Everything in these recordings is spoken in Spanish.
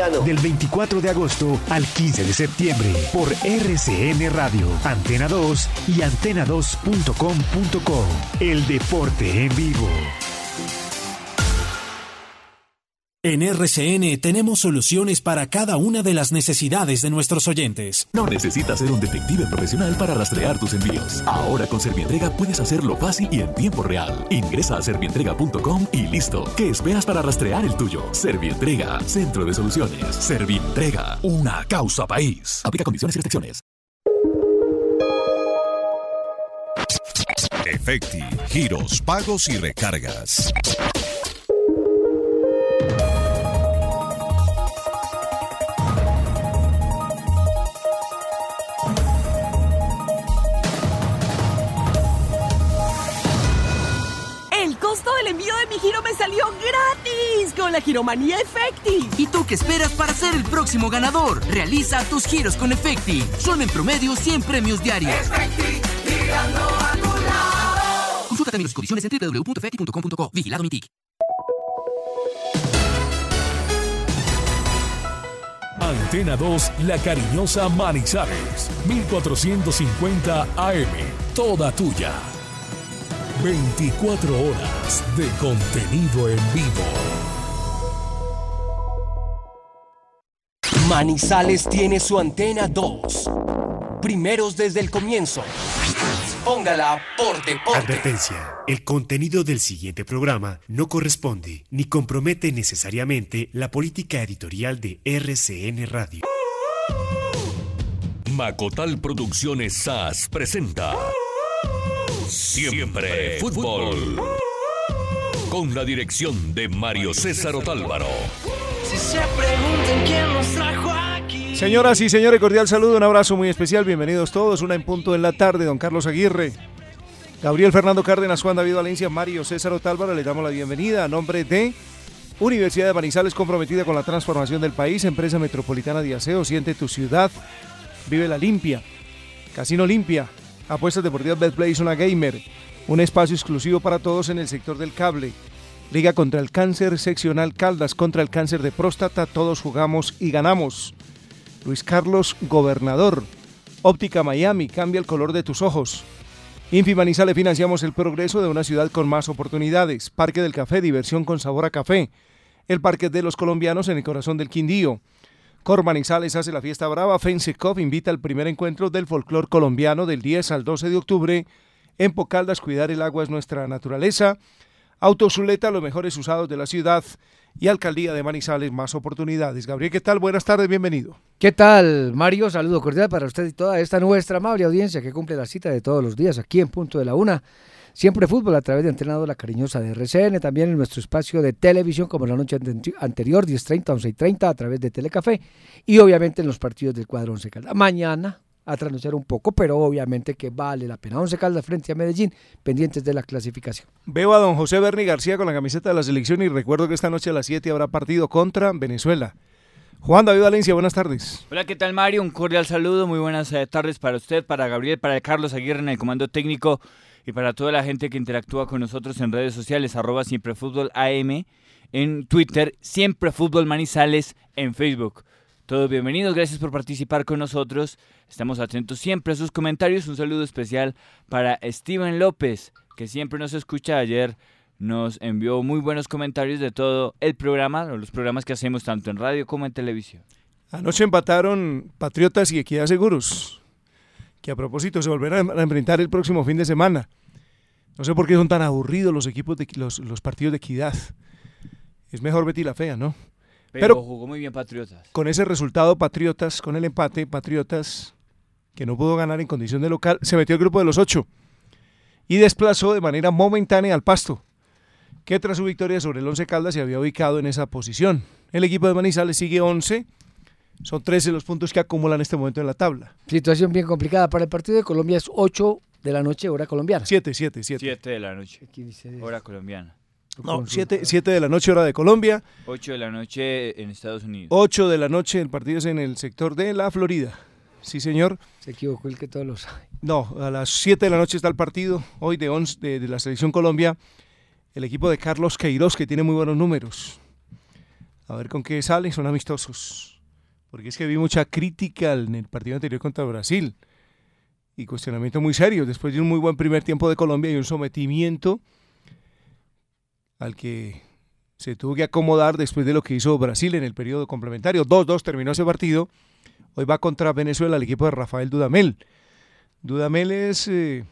colombiano. Del 24 de agosto al 15 de septiembre por RCN Radio, Antena 2 y antena2.com.co. El deporte en vivo. En RCN tenemos soluciones para cada una de las necesidades de nuestros oyentes. No necesitas ser un detective profesional para rastrear tus envíos. Ahora con Servientrega puedes hacerlo fácil y en tiempo real. Ingresa a servientrega.com y listo. ¿Qué esperas para rastrear el tuyo? Servientrega, Centro de Soluciones. Servientrega, una causa país. Aplica condiciones y restricciones. Efecti, giros, pagos y recargas. El costo del envío de mi giro me salió gratis con la Giromanía Efecti. ¿Y tú qué esperas para ser el próximo ganador? Realiza tus giros con Efecti. Son en promedio 100 premios diarios. Efecti, girando a tu lado. Consulta términos y condiciones en www.efecti.com.co. Vigilado MiTIC. Antena 2, La Cariñosa Manizales, 1450 AM, toda tuya. 24 horas de contenido en vivo. Manizales tiene su Antena 2. Primeros desde el comienzo. Póngala por deporte. Advertencia. El contenido del siguiente programa no corresponde ni compromete necesariamente la política editorial de RCN Radio. Macotal Producciones SAS presenta Siempre Fútbol, con la dirección de Mario César Otálvaro. Si se preguntan quién nos trajo aquí. Señoras y señores, cordial saludo, un abrazo muy especial, bienvenidos todos, 1:00 en la tarde, don Carlos Aguirre, Gabriel Fernando Cárdenas, Juan David Valencia, Mario César Otálvaro, le damos la bienvenida a nombre de Universidad de Manizales, comprometida con la transformación del país, empresa metropolitana de aseo, siente tu ciudad, vive la limpia, Casino Limpia, apuestas deportivas Betplay, Zona Gamer, un espacio exclusivo para todos en el sector del cable. Liga contra el cáncer seccional Caldas, contra el cáncer de próstata, todos jugamos y ganamos. Luis Carlos Gobernador, Óptica Miami, cambia el color de tus ojos. Infi Manizales, financiamos el progreso de una ciudad con más oportunidades. Parque del Café, diversión con sabor a café. El Parque de los Colombianos en el corazón del Quindío. Cor Manizales hace la fiesta brava. Fensecov invita al primer encuentro del folclor colombiano del 10 al 12 de octubre. En Pocaldas, cuidar el agua es nuestra naturaleza. Autozuleta, los mejores usados de la ciudad. Y Alcaldía de Manizales, más oportunidades. Gabriel, ¿qué tal? Buenas tardes, bienvenido. ¿Qué tal, Mario? Saludo cordial para usted y toda esta nuestra amable audiencia que cumple la cita de todos los días aquí en punto de la 1. Siempre fútbol a través de Antena 2, La Cariñosa de RCN, también en nuestro espacio de televisión como la noche anterior, 10:30, 11:30 a través de Telecafé y obviamente en los partidos del cuadro Once Caldas. Mañana a trasnochar un poco, pero obviamente que vale la pena. Once Caldas frente a Medellín, pendientes de la clasificación. Veo a don José Berni García con la camiseta de la selección y recuerdo que esta noche a las 7 habrá partido contra Venezuela. Juan David Valencia, buenas tardes. Hola, ¿qué tal, Mario? Un cordial saludo, muy buenas tardes para usted, para Gabriel, para Carlos Aguirre en el comando técnico y para toda la gente que interactúa con nosotros en redes sociales, @SiempreFútbolAM en Twitter, Siempre Fútbol Manizales en Facebook. Todos bienvenidos, gracias por participar con nosotros. Estamos atentos siempre a sus comentarios. Un saludo especial para Steven López, que siempre nos escucha. Ayer nos envió muy buenos comentarios de todo el programa, o los programas que hacemos tanto en radio como en televisión. Anoche empataron Patriotas y Equidad Seguros, que a propósito se volverán a enfrentar el próximo fin de semana. No sé por qué son tan aburridos los equipos de los partidos de Equidad. Es mejor Betty la Fea, ¿no? Pero jugó muy bien Patriotas. Con ese resultado, Patriotas, con el empate, Patriotas, que no pudo ganar en condición de local, se metió al grupo de los 8 y desplazó de manera momentánea al Pasto, que tras su victoria sobre el Once Caldas se había ubicado en esa posición. El equipo de Manizales sigue 11, son 13 los puntos que acumulan en este momento en la tabla. Situación bien complicada. Para el partido de Colombia es 8 de la noche, hora colombiana. 7 de la noche, hora colombiana. No, 7 de la noche, hora de Colombia. 8 de la noche en Estados Unidos. 8 de la noche, el partido es en el sector de la Florida. Sí, señor. Se equivocó el que todos lo sabe. No, a las 7 de la noche está el partido, hoy de la Selección Colombia. El equipo de Carlos Queiroz, que tiene muy buenos números. A ver con qué salen, son amistosos. Porque es que vi mucha crítica en el partido anterior contra Brasil. Y cuestionamiento muy serio, después de un muy buen primer tiempo de Colombia y un sometimiento al que se tuvo que acomodar después de lo que hizo Brasil en el periodo complementario. 2-2 terminó ese partido. Hoy va contra Venezuela el equipo de Rafael Dudamel. Dudamel es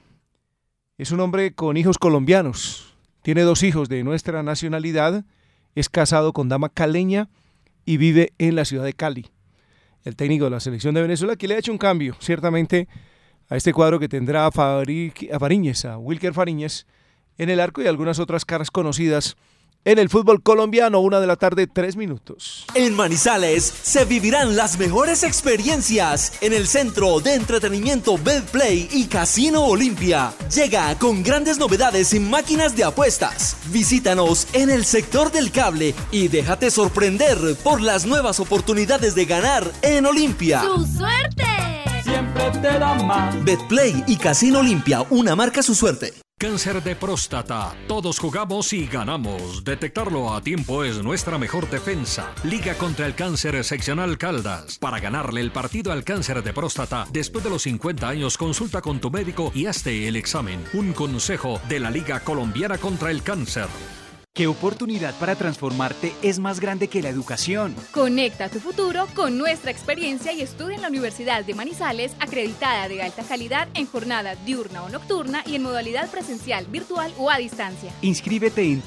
un hombre con hijos colombianos. Tiene 2 hijos de nuestra nacionalidad. Es casado con dama caleña y vive en la ciudad de Cali. El técnico de la selección de Venezuela que le ha hecho un cambio, ciertamente, a este cuadro que tendrá a Fariñez, a Wilker Fariñez, en el arco y algunas otras caras conocidas en el fútbol colombiano. 1:00 p.m, 3 minutos. En Manizales se vivirán las mejores experiencias en el centro de entretenimiento Betplay y Casino Olimpia. Llega con grandes novedades en máquinas de apuestas. Visítanos en el sector del cable y déjate sorprender por las nuevas oportunidades de ganar en Olimpia. ¡Su suerte! Siempre te da más. Betplay y Casino Olimpia, una marca Su Suerte. Cáncer de próstata. Todos jugamos y ganamos. Detectarlo a tiempo es nuestra mejor defensa. Liga contra el Cáncer Seccional Caldas. Para ganarle el partido al cáncer de próstata, después de los 50 años, consulta con tu médico y hazte el examen. Un consejo de la Liga Colombiana contra el Cáncer. ¿Qué oportunidad para transformarte es más grande que la educación? Conecta tu futuro con nuestra experiencia y estudia en la Universidad de Manizales, acreditada de alta calidad en jornada diurna o nocturna y en modalidad presencial, virtual o a distancia. Inscríbete en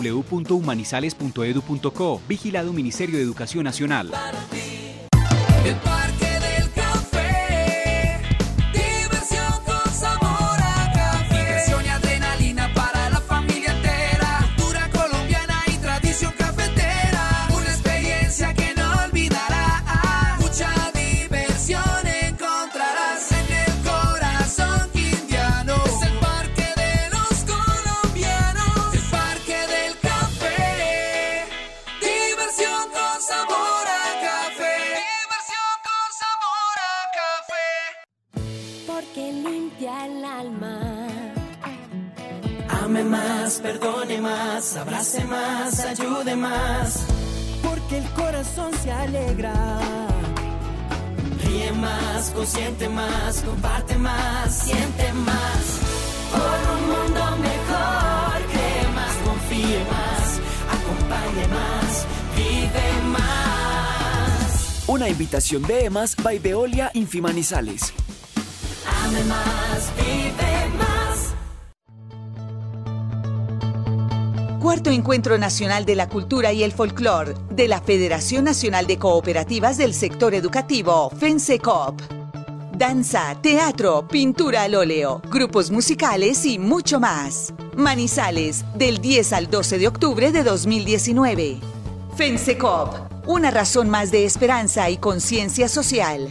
www.humanizales.edu.co. Vigilado Ministerio de Educación Nacional. El Parque del Café, diversión con sabor a café, diversión y adrenalina para la familia entera, cultura colombiana y tradición cafetera, una experiencia que no olvidarás, mucha diversión encontrarás en el corazón quindiano, es el Parque de los colombianos, el Parque del Café, diversión con sabor a café. Porque limpia el alma. Ame más, perdone más, abrace más, ayude más. Porque el corazón se alegra. Ríe más, consiente más, comparte más, siente más. Por un mundo mejor, cree más, confíe más, acompañe más, vive más. Una invitación de EMAS by Veolia Infimanizales. Ame más, vive más. Cuarto Encuentro Nacional de la Cultura y el Folclor de la Federación Nacional de Cooperativas del Sector Educativo, FENSECOP. Danza, teatro, pintura al óleo, grupos musicales y mucho más. Manizales, del 10 al 12 de octubre de 2019. FENSECOP, una razón más de esperanza y conciencia social.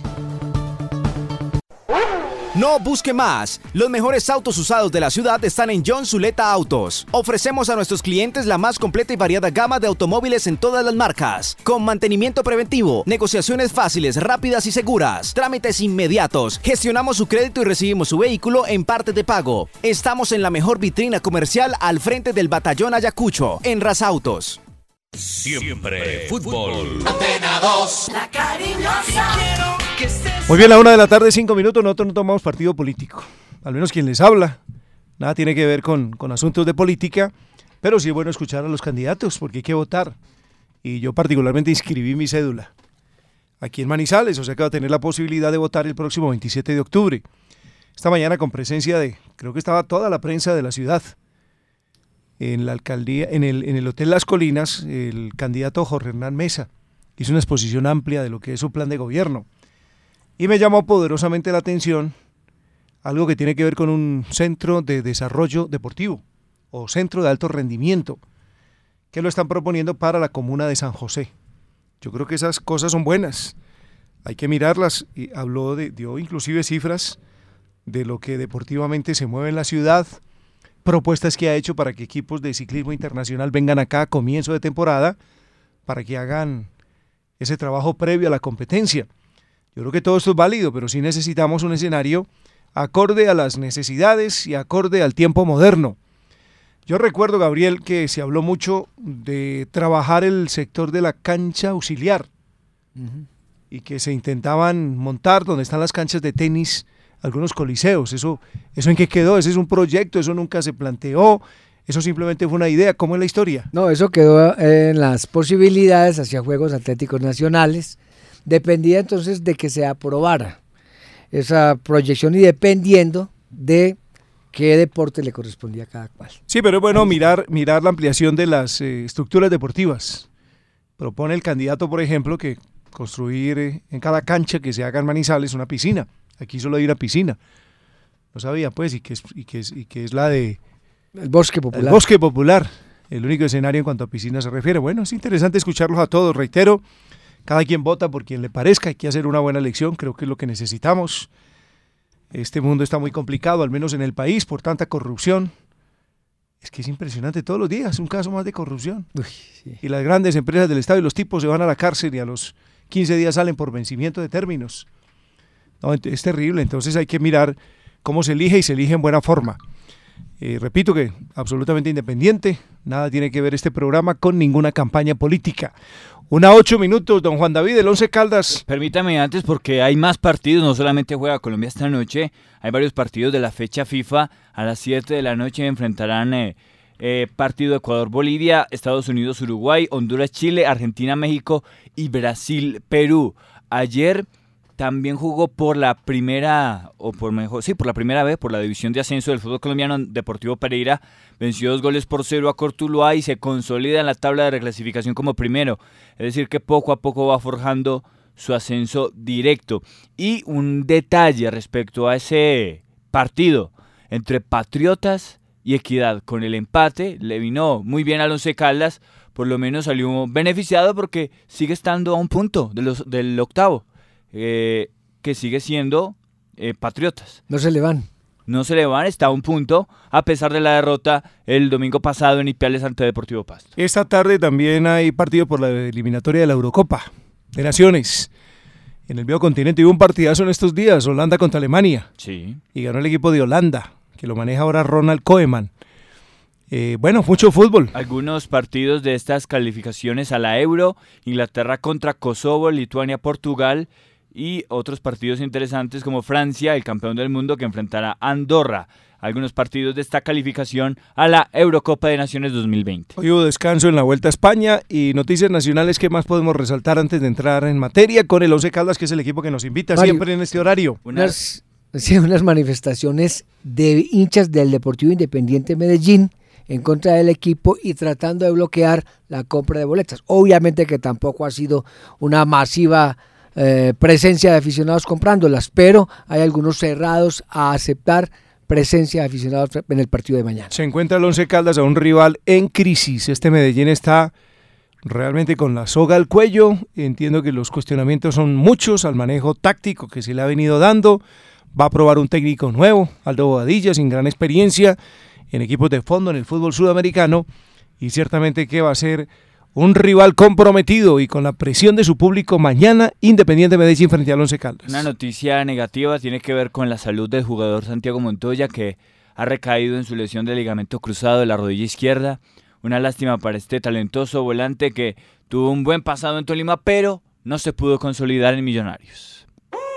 No busque más. Los mejores autos usados de la ciudad están en John Zuleta Autos. Ofrecemos a nuestros clientes la más completa y variada gama de automóviles en todas las marcas, con mantenimiento preventivo, negociaciones fáciles, rápidas y seguras, trámites inmediatos. Gestionamos su crédito y recibimos su vehículo en parte de pago. Estamos en la mejor vitrina comercial al frente del Batallón Ayacucho, en Raza Autos. Siempre fútbol. Antena 2, la cariñosa. Muy bien, 1:00 p.m, 5 minutos. Nosotros no tomamos partido político, al menos quien les habla. Nada tiene que ver con asuntos de política, pero sí es bueno escuchar a los candidatos porque hay que votar. Y yo particularmente inscribí mi cédula aquí en Manizales, o sea que va a tener la posibilidad de votar el próximo 27 de octubre. Esta mañana con presencia creo que estaba toda la prensa de la ciudad. En la alcaldía, en el Hotel Las Colinas, el candidato Jorge Hernán Mesa hizo una exposición amplia de lo que es su plan de gobierno. Y me llamó poderosamente la atención algo que tiene que ver con un centro de desarrollo deportivo o centro de alto rendimiento que lo están proponiendo para la comuna de San José. Yo creo que esas cosas son buenas, hay que mirarlas. Y dio inclusive cifras de lo que deportivamente se mueve en la ciudad, propuestas que ha hecho para que equipos de ciclismo internacional vengan acá a comienzo de temporada para que hagan ese trabajo previo a la competencia. Yo creo que todo esto es válido, pero sí necesitamos un escenario acorde a las necesidades y acorde al tiempo moderno. Yo recuerdo, Gabriel, que se habló mucho de trabajar el sector de la cancha auxiliar y que se intentaban montar donde están las canchas de tenis algunos coliseos. ¿Eso en qué quedó? ¿Ese es un proyecto? ¿Eso nunca se planteó? ¿Eso simplemente fue una idea? ¿Cómo es la historia? No, eso quedó en las posibilidades hacia Juegos Atléticos Nacionales. Dependía entonces de que se aprobara esa proyección y dependiendo de qué deporte le correspondía a cada cual. Sí, pero es bueno mirar la ampliación de las estructuras deportivas. Propone el candidato, por ejemplo, que construir en cada cancha que se haga en Manizales una piscina. Aquí solo hay una piscina. No sabía, pues, y que es la de... El Bosque Popular. El Bosque Popular, el único escenario en cuanto a piscina se refiere. Bueno, es interesante escucharlos a todos, reitero. Cada quien vota por quien le parezca, hay que hacer una buena elección, creo que es lo que necesitamos. Este mundo está muy complicado, al menos en el país, por tanta corrupción. Es que es impresionante, todos los días un caso más de corrupción. Uy, sí. Y las grandes empresas del Estado y los tipos se van a la cárcel y a los 15 días salen por vencimiento de términos. No, es terrible, entonces hay que mirar cómo se elige y se elige en buena forma. Repito que absolutamente independiente, nada tiene que ver este programa con ninguna campaña política. 1:08 minutos, don Juan David, el Once Caldas. Permítame antes, porque hay más partidos, no solamente juega Colombia esta noche, hay varios partidos de la fecha FIFA. A las 7 de la noche enfrentarán partido Ecuador-Bolivia, Estados Unidos-Uruguay, Honduras-Chile, Argentina-México y Brasil-Perú. Ayer también jugó por la primera vez, por la división de ascenso del fútbol colombiano. Deportivo Pereira venció 2-0 a Cortuluá y se consolida en la tabla de reclasificación como primero. Es decir, que poco a poco va forjando su ascenso directo. Y un detalle respecto a ese partido entre Patriotas y Equidad. Con el empate le vino muy bien al Once Caldas, por lo menos salió beneficiado porque sigue estando a un punto del octavo. Que sigue siendo Patriotas. No se le van, está a un punto, a pesar de la derrota el domingo pasado en Ipiales ante Deportivo Pasto. Esta tarde también hay partido por la eliminatoria de la Eurocopa de Naciones. En el viejo continente hubo un partidazo en estos días, Holanda contra Alemania. Sí. Y ganó el equipo de Holanda, que lo maneja ahora Ronald Koeman. Bueno, mucho fútbol. Algunos partidos de estas calificaciones a la Euro: Inglaterra contra Kosovo, Lituania, Portugal, y otros partidos interesantes como Francia, el campeón del mundo, que enfrentará a Andorra. Algunos partidos de esta calificación a la Eurocopa de Naciones 2020. Hoy hubo descanso en la Vuelta a España y noticias nacionales. ¿Qué más podemos resaltar antes de entrar en materia con el Once Caldas, que es el equipo que nos invita Mario, siempre en este horario? Unas manifestaciones de hinchas del Deportivo Independiente Medellín en contra del equipo y tratando de bloquear la compra de boletas. Obviamente que tampoco ha sido una masiva presencia de aficionados comprándolas, pero hay algunos cerrados a aceptar presencia de aficionados en el partido de mañana. Se encuentra el Once Caldas a un rival en crisis. Este Medellín está realmente con la soga al cuello. Entiendo que los cuestionamientos son muchos al manejo táctico que se le ha venido dando. Va a probar un técnico nuevo, Aldo Bobadilla, sin gran experiencia en equipos de fondo en el fútbol sudamericano, y ciertamente que va a ser un rival comprometido y con la presión de su público mañana, Independiente Medellín frente al Once Caldas. Una noticia negativa tiene que ver con la salud del jugador Santiago Montoya, que ha recaído en su lesión de ligamento cruzado de la rodilla izquierda. Una lástima para este talentoso volante que tuvo un buen pasado en Tolima, pero no se pudo consolidar en Millonarios.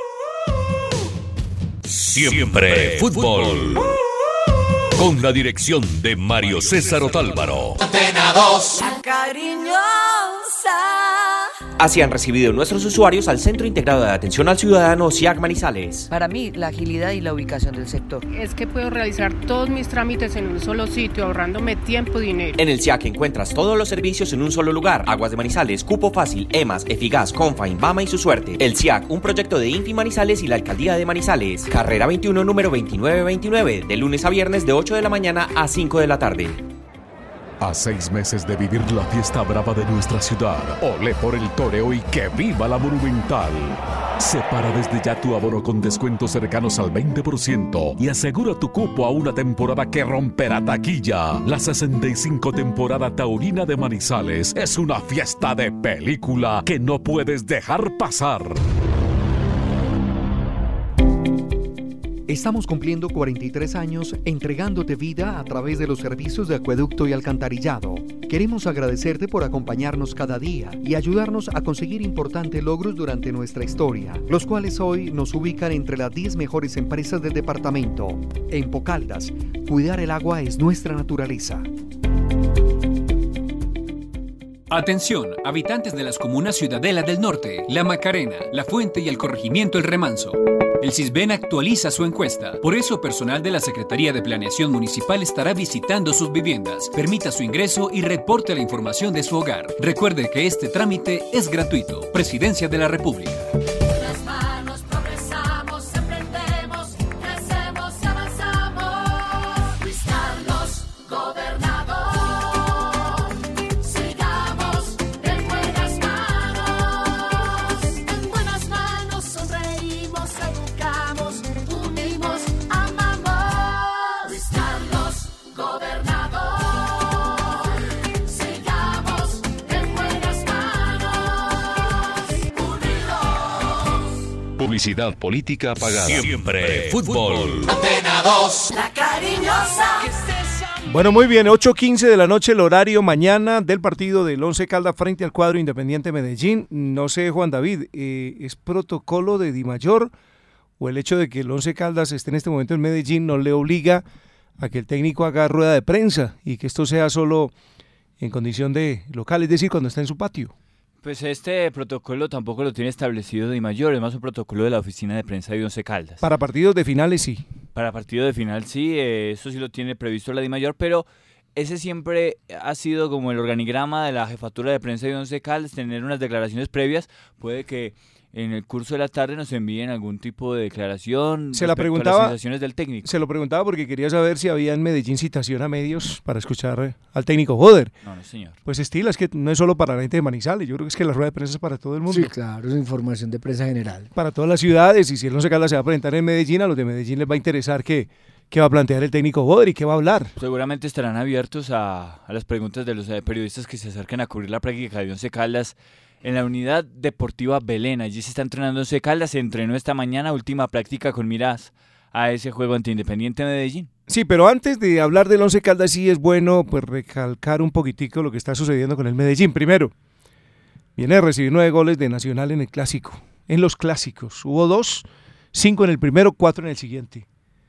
Siempre fútbol. Con la dirección de Mario César Otálvaro. Antena 2. Cariñosa. Así han recibido nuestros usuarios al Centro Integrado de Atención al Ciudadano SIAC Manizales. Para mí, la agilidad y la ubicación del sector. Es que puedo realizar todos mis trámites en un solo sitio, ahorrándome tiempo y dinero. En el SIAC encuentras todos los servicios en un solo lugar. Aguas de Manizales, Cupo Fácil, EMAS, Efigas, Confa, Inbama y su suerte. El SIAC, un proyecto de Infi Manizales y la Alcaldía de Manizales. Carrera 21, número 2929, de lunes a viernes de 8 de la mañana a 5 de la tarde. A 6 meses de vivir la fiesta brava de nuestra ciudad, olé por el toreo y que viva la Monumental. Separa desde ya tu abono con descuentos cercanos al 20% y asegura tu cupo a una temporada que romperá taquilla. La 65 temporada taurina de Manizales es una fiesta de película que no puedes dejar pasar. Estamos cumpliendo 43 años entregándote vida a través de los servicios de acueducto y alcantarillado. Queremos agradecerte por acompañarnos cada día y ayudarnos a conseguir importantes logros durante nuestra historia, los cuales hoy nos ubican entre las 10 mejores empresas del departamento. En Pocaldas, cuidar el agua es nuestra naturaleza. Atención, habitantes de las comunas Ciudadela del Norte, La Macarena, La Fuente y el corregimiento El Remanso. El CISBEN actualiza su encuesta. Por eso, personal de la Secretaría de Planeación Municipal estará visitando sus viviendas. Permita su ingreso y reporte la información de su hogar. Recuerde que este trámite es gratuito. Presidencia de la República. Publicidad política pagada. Siempre fútbol. Antena 2, la cariñosa. Bueno, muy bien, 8:15 de la noche el horario mañana del partido del Once Caldas frente al cuadro Independiente Medellín. No sé, Juan David, ¿es protocolo de Dimayor o el hecho de que el Once Caldas esté en este momento en Medellín no le obliga a que el técnico haga rueda de prensa y que esto sea solo en condición de local, es decir, cuando está en su patio? Pues este protocolo tampoco lo tiene establecido Dimayor, es más un protocolo de la oficina de prensa de Once Caldas. Para partidos de finales sí. Para partidos de final sí, eso sí lo tiene previsto la Dimayor, pero ese siempre ha sido como el organigrama de la jefatura de prensa de Once Caldas, tener unas declaraciones previas. Puede que en el curso de la tarde nos envíen algún tipo de declaración Se la preguntaba, a las sensaciones del técnico. Se lo preguntaba porque quería saber si había en Medellín citación a medios para escuchar al técnico Boder. No, señor. Pues estilo, es que no es solo para la gente de Manizales, yo creo que es que la rueda de prensa es para todo el mundo. Sí, claro, es información de prensa general. Para todas las ciudades, y si el Once Caldas se va a presentar en Medellín, a los de Medellín les va a interesar qué va a plantear el técnico Boder y qué va a hablar. Seguramente estarán abiertos a las preguntas de los periodistas que se acerquen a cubrir la práctica de Once Caldas en la unidad deportiva Belén. Allí se está entrenando Once Caldas, se entrenó esta mañana, última práctica con miras a ese juego ante Independiente Medellín. Sí, pero antes de hablar del Once Caldas sí es bueno pues recalcar un poquitico lo que está sucediendo con el Medellín. Primero, viene a recibir 9 goles de Nacional en el clásico, en los clásicos. Hubo 2, 5 en el primero, 4 en el siguiente.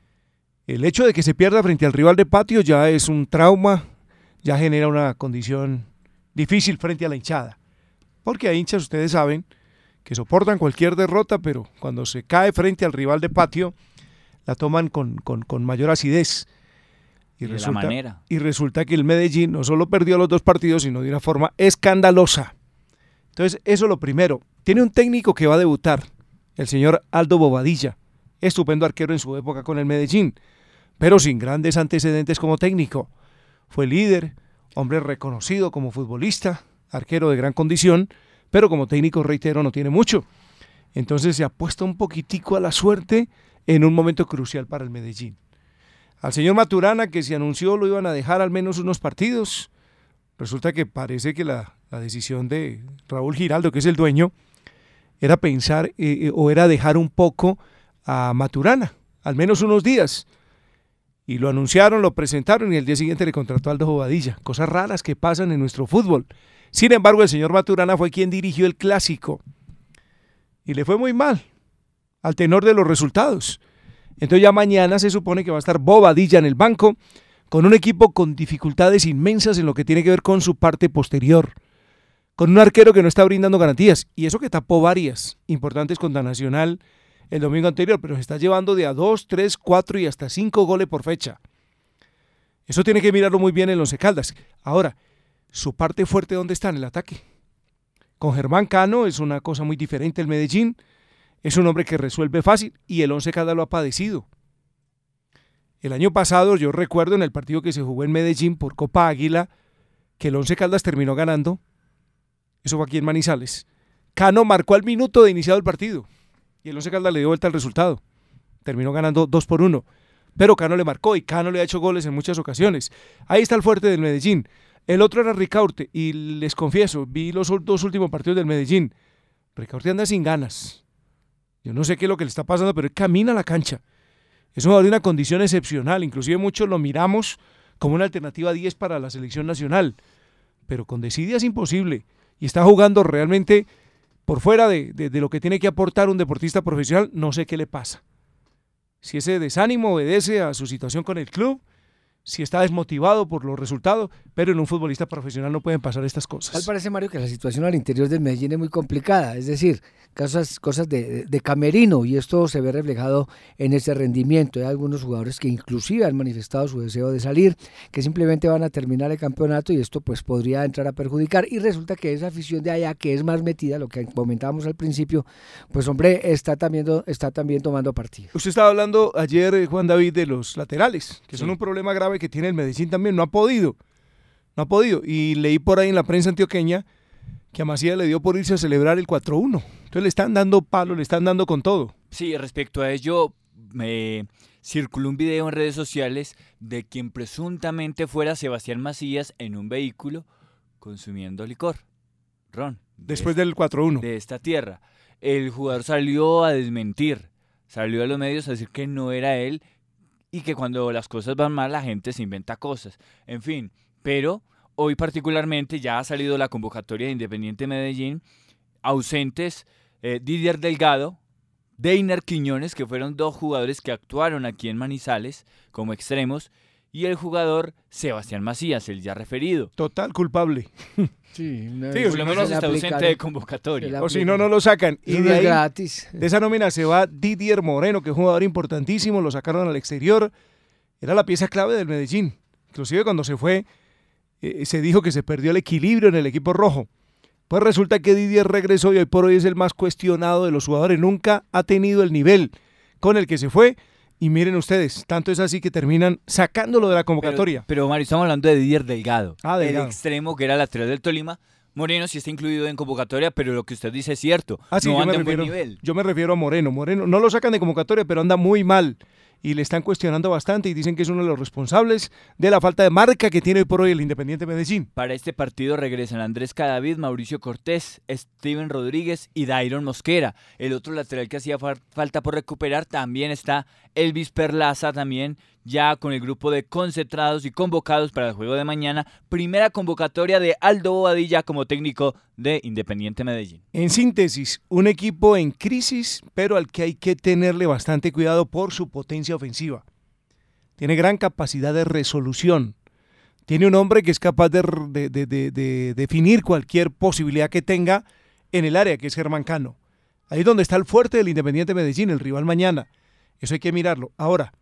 El hecho de que se pierda frente al rival de patio ya es un trauma, ya genera una condición difícil frente a la hinchada. Porque hay hinchas, ustedes saben, que soportan cualquier derrota, pero cuando se cae frente al rival de patio, la toman con mayor acidez. Y resulta que el Medellín no solo perdió los 2 partidos, sino de una forma escandalosa. Entonces, eso lo primero. Tiene un técnico que va a debutar, el señor Aldo Bobadilla, estupendo arquero en su época con el Medellín, pero sin grandes antecedentes como técnico. Fue líder, hombre reconocido como futbolista, arquero de gran condición, pero como técnico, reitero, no tiene mucho. Entonces se apuesta un poquitico a la suerte en un momento crucial para el Medellín. Al señor Maturana, que se anunció lo iban a dejar al menos unos partidos, resulta que parece que la decisión de Raúl Giraldo, que es el dueño, era pensar o era dejar un poco a Maturana, al menos unos días. Y lo anunciaron, lo presentaron y el día siguiente le contrató a Aldo Bobadilla. Cosas raras que pasan en nuestro fútbol. Sin embargo, el señor Maturana fue quien dirigió el clásico y le fue muy mal al tenor de los resultados. Entonces ya mañana se supone que va a estar Bobadilla en el banco con un equipo con dificultades inmensas en lo que tiene que ver con su parte posterior, con un arquero que no está brindando garantías y eso que tapó varias importantes contra Nacional el domingo anterior, pero se está llevando de a 2, 3, 4 y hasta 5 goles por fecha. Eso tiene que mirarlo muy bien el Once Caldas. Ahora, su parte fuerte, ¿dónde está? En el ataque. Con Germán Cano es una cosa muy diferente el Medellín. Es un hombre que resuelve fácil y el Once Caldas lo ha padecido. El año pasado yo recuerdo en el partido que se jugó en Medellín por Copa Águila que el Once Caldas terminó ganando. Eso fue aquí en Manizales. Cano marcó al minuto de iniciado el partido y el Once Caldas le dio vuelta al resultado. Terminó ganando 2-1. Pero Cano le marcó y Cano le ha hecho goles en muchas ocasiones. Ahí está el fuerte del Medellín. El otro era Ricaurte y les confieso, vi los 2 últimos partidos del Medellín. Ricaurte anda sin ganas. Yo no sé qué es lo que le está pasando, pero él camina a la cancha. Es un jugador de una condición excepcional, inclusive muchos lo miramos como una alternativa 10 para la selección nacional, pero con Decidia es imposible y está jugando realmente por fuera de lo que tiene que aportar un deportista profesional. No sé qué le pasa. Si ese desánimo obedece a su situación con el club, si está desmotivado por los resultados, pero en un futbolista profesional no pueden pasar estas cosas. Tal parece, Mario, que la situación al interior del Medellín es muy complicada, es decir, cosas de camerino, y esto se ve reflejado en ese rendimiento. Hay algunos jugadores que inclusive han manifestado su deseo de salir, que simplemente van a terminar el campeonato, y esto pues podría entrar a perjudicar, y resulta que esa afición de allá, que es más metida, lo que comentábamos al principio, pues hombre, está también tomando partido. Usted estaba hablando ayer, Juan David, de los laterales, que son un problema grave que tiene el Medellín también. No ha podido, y leí por ahí en la prensa antioqueña que a Macías le dio por irse a celebrar el 4-1, entonces le están dando palo, le están dando con todo. Sí, respecto a ello, me circuló un video en redes sociales de quien presuntamente fuera Sebastián Macías en un vehículo consumiendo licor, ron. Después del 4-1. De esta tierra. El jugador salió a desmentir, salió a los medios a decir que no era él, y que cuando las cosas van mal la gente se inventa cosas. En fin, pero hoy particularmente ya ha salido la convocatoria de Independiente Medellín, ausentes Didier Delgado, Deiner Quiñones, que fueron dos jugadores que actuaron aquí en Manizales como extremos, y el jugador Sebastián Macías, el ya referido. Total culpable. Sí, por lo menos está ausente de convocatoria. O si no, no lo sacan. Y de ahí, gratis. De esa nómina se va Didier Moreno, que es un jugador importantísimo, lo sacaron al exterior. Era la pieza clave del Medellín. Inclusive cuando se fue, se dijo que se perdió el equilibrio en el equipo rojo. Pues resulta que Didier regresó y hoy por hoy es el más cuestionado de los jugadores. Nunca ha tenido el nivel con el que se fue. Y miren ustedes, tanto es así que terminan sacándolo de la convocatoria. Pero Mario, estamos hablando de Didier Delgado, Delgado, el extremo que era lateral del Tolima. Moreno sí está incluido en convocatoria, pero lo que usted dice es cierto. Sí, no anda en buen nivel. Yo me refiero a Moreno. Moreno no lo sacan de convocatoria, pero anda muy mal. Y le están cuestionando bastante y dicen que es uno de los responsables de la falta de marca que tiene hoy por hoy el Independiente Medellín. Para este partido regresan Andrés Cadavid, Mauricio Cortés, Steven Rodríguez y Dairon Mosquera. El otro lateral que hacía falta por recuperar también está Elvis Perlaza, también ya con el grupo de concentrados y convocados para el juego de mañana. Primera convocatoria de Aldo Bobadilla como técnico de Independiente Medellín. En síntesis, un equipo en crisis, pero al que hay que tenerle bastante cuidado por su potencia ofensiva. Tiene gran capacidad de resolución. Tiene un hombre que es capaz de definir cualquier posibilidad que tenga en el área, que es Germán Cano. Ahí es donde está el fuerte del Independiente Medellín, el rival mañana. Eso hay que mirarlo. Ahora,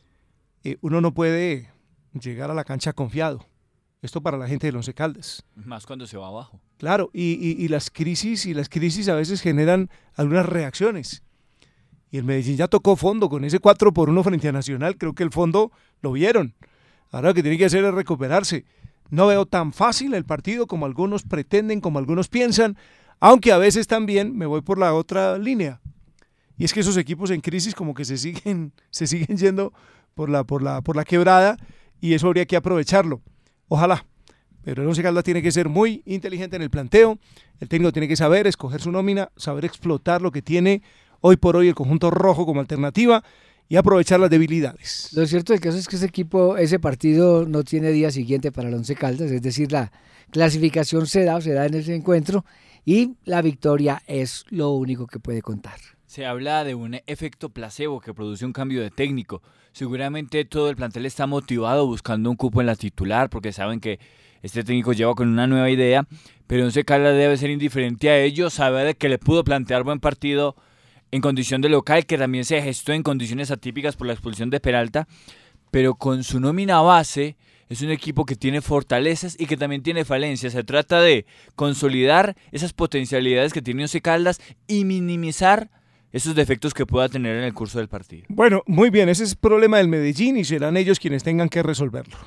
uno no puede llegar a la cancha confiado. Esto para la gente del Once Caldas. Más cuando se va abajo. Claro, y las crisis a veces generan algunas reacciones. Y el Medellín ya tocó fondo con ese 4-1 frente a Nacional. Creo que el fondo lo vieron. Ahora lo que tiene que hacer es recuperarse. No veo tan fácil el partido como algunos pretenden, como algunos piensan, aunque a veces también me voy por la otra línea. Y es que esos equipos en crisis como que se siguen yendo por la quebrada, y eso habría que aprovecharlo. Ojalá. Pero el Once Caldas tiene que ser muy inteligente en el planteo. El técnico tiene que saber escoger su nómina, saber explotar lo que tiene hoy por hoy el conjunto rojo como alternativa y aprovechar las debilidades. Lo cierto del caso es que ese partido no tiene día siguiente para el Once Caldas, es decir, la clasificación se da en ese encuentro y la victoria es lo único que puede contar. Se habla de un efecto placebo que produce un cambio de técnico. Seguramente todo el plantel está motivado buscando un cupo en la titular porque saben que este técnico lleva con una nueva idea, pero Once Caldas debe ser indiferente a ello, saber de que le pudo plantear buen partido en condición de local, que también se gestó en condiciones atípicas por la expulsión de Peralta, pero con su nómina base es un equipo que tiene fortalezas y que también tiene falencias. Se trata de consolidar esas potencialidades que tiene Once Caldas y minimizar esos defectos que pueda tener en el curso del partido. Bueno, muy bien, ese es el problema del Medellín y serán ellos quienes tengan que resolverlo.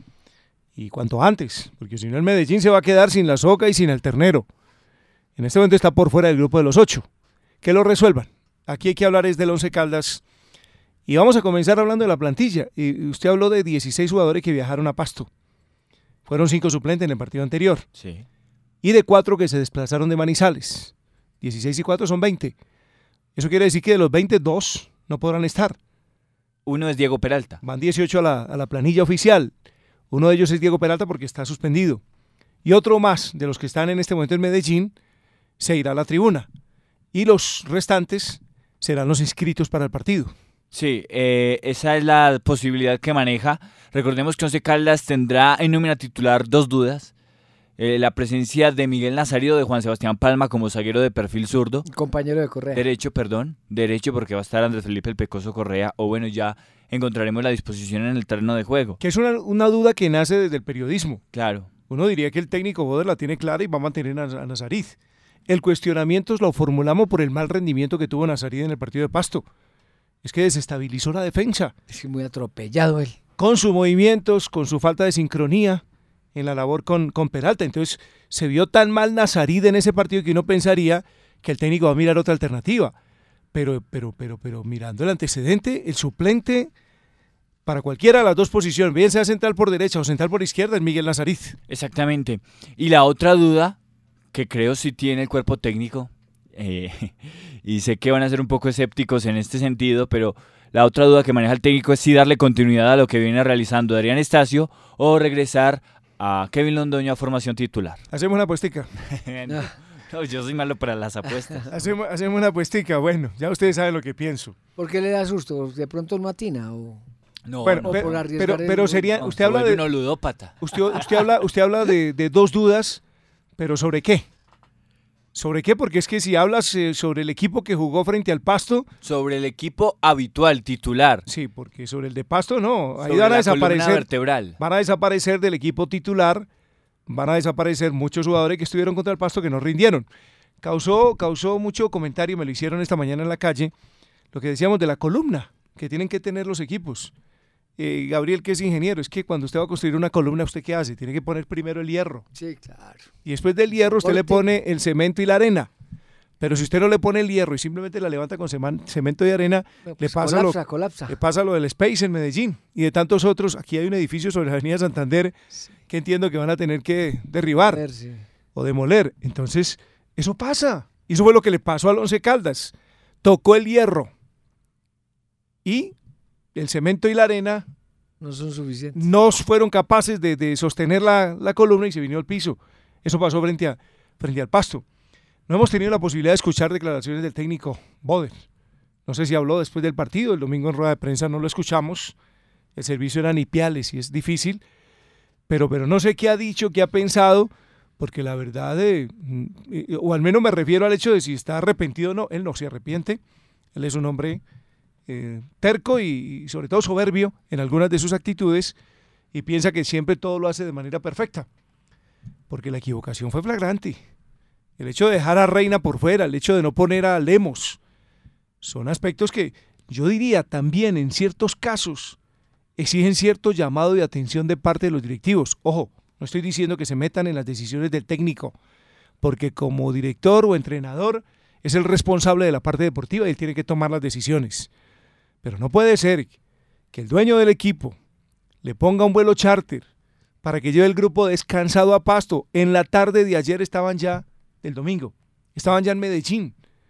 Y cuanto antes, porque si no el Medellín se va a quedar sin la Soca y sin el Ternero. En este momento está por fuera del grupo de los 8. Que lo resuelvan. Aquí hay que hablar es del Once Caldas. Y vamos a comenzar hablando de la plantilla. Y usted habló de 16 jugadores que viajaron a Pasto. Fueron 5 suplentes en el partido anterior. Sí. Y de 4 que se desplazaron de Manizales. 16 y 4 son 20. Eso quiere decir que de los 20, 2 no podrán estar. Uno es Diego Peralta. Van 18 a la planilla oficial. Uno de ellos es Diego Peralta porque está suspendido. Y otro más de los que están en este momento en Medellín se irá a la tribuna. Y los restantes serán los inscritos para el partido. Sí, esa es la posibilidad que maneja. Recordemos que Once Caldas tendrá en nómina titular 2 dudas. La presencia de Miguel Nazario, de Juan Sebastián Palma como zaguero de perfil zurdo. Compañero de Correa. Derecho porque va a estar Andrés Felipe el Pecoso Correa, o bueno, ya encontraremos la disposición en el terreno de juego. Que es una duda que nace desde el periodismo. Claro. Uno diría que el técnico Boder la tiene clara y va a mantener a Nazarit. El cuestionamiento lo formulamos por el mal rendimiento que tuvo Nazarit en el partido de Pasto. Es que desestabilizó la defensa. Es muy atropellado él. Con sus movimientos, con su falta de sincronía en la labor con Peralta. Entonces se vio tan mal Nazarit en ese partido que uno pensaría que el técnico va a mirar otra alternativa. Pero mirando el antecedente, el suplente para cualquiera de las dos posiciones, bien sea central por derecha o central por izquierda, es Miguel Nazarit. Exactamente. Y la otra duda, que creo sí tiene el cuerpo técnico, y sé que van a ser un poco escépticos en este sentido, pero la otra duda que maneja el técnico es si darle continuidad a lo que viene realizando Adrián Estacio o regresar a Kevin Londoño a formación titular. Hacemos una apuestica. No, yo soy malo para las apuestas. Hacemos una apuestica, bueno, ya ustedes saben lo que pienso. ¿Por qué le da susto? ¿De pronto no atina o...? No, bueno, no, pero sería, no, usted habla de uno ludópata. Usted habla de dos dudas, pero ¿sobre qué? ¿Sobre qué? Porque es que si hablas sobre el equipo que jugó frente al Pasto... Sobre el equipo habitual, titular. Sí, porque sobre el de Pasto no. Ahí sobre van a la desaparecer. columna vertebral. Van a desaparecer del equipo titular, van a desaparecer muchos jugadores que estuvieron contra el Pasto que no rindieron. Causó mucho comentario, me lo hicieron esta mañana en la calle, lo que decíamos de la columna que tienen que tener los equipos. Gabriel, que es ingeniero, es que cuando usted va a construir una columna, ¿usted qué hace? Tiene que poner primero el hierro. Sí, claro. Y después del hierro usted le pone el cemento y la arena. Pero si usted no le pone el hierro y simplemente la levanta con cemento y arena, pues le pasa le pasa lo del Space en Medellín y de tantos otros. Aquí hay un edificio sobre la avenida Santander que entiendo que van a tener que derribar o demoler. Entonces, eso pasa. Y eso fue lo que le pasó al Once Caldas. Tocó el hierro y el cemento y la arena no son suficientes. No fueron capaces de sostener la columna y se vino al piso. Eso pasó frente al Pasto. No hemos tenido la posibilidad de escuchar declaraciones del técnico Boder. No sé si habló después del partido, el domingo en rueda de prensa no lo escuchamos. El servicio era Ipiales y es difícil. Pero no sé qué ha dicho, qué ha pensado, porque la verdad, o al menos me refiero al hecho de si está arrepentido o no. Él no se arrepiente. Él es un hombre terco y sobre todo soberbio en algunas de sus actitudes y piensa que siempre todo lo hace de manera perfecta, porque la equivocación fue flagrante. El hecho de dejar a Reina por fuera, el hecho de no poner a Lemos, son aspectos que yo diría también en ciertos casos exigen cierto llamado de atención de parte de los directivos. Ojo, no estoy diciendo que se metan en las decisiones del técnico, porque como director o entrenador es el responsable de la parte deportiva y él tiene que tomar las decisiones. Pero no puede ser que el dueño del equipo le ponga un vuelo charter para que lleve el grupo descansado a Pasto. En la tarde de ayer del domingo, estaban ya en Medellín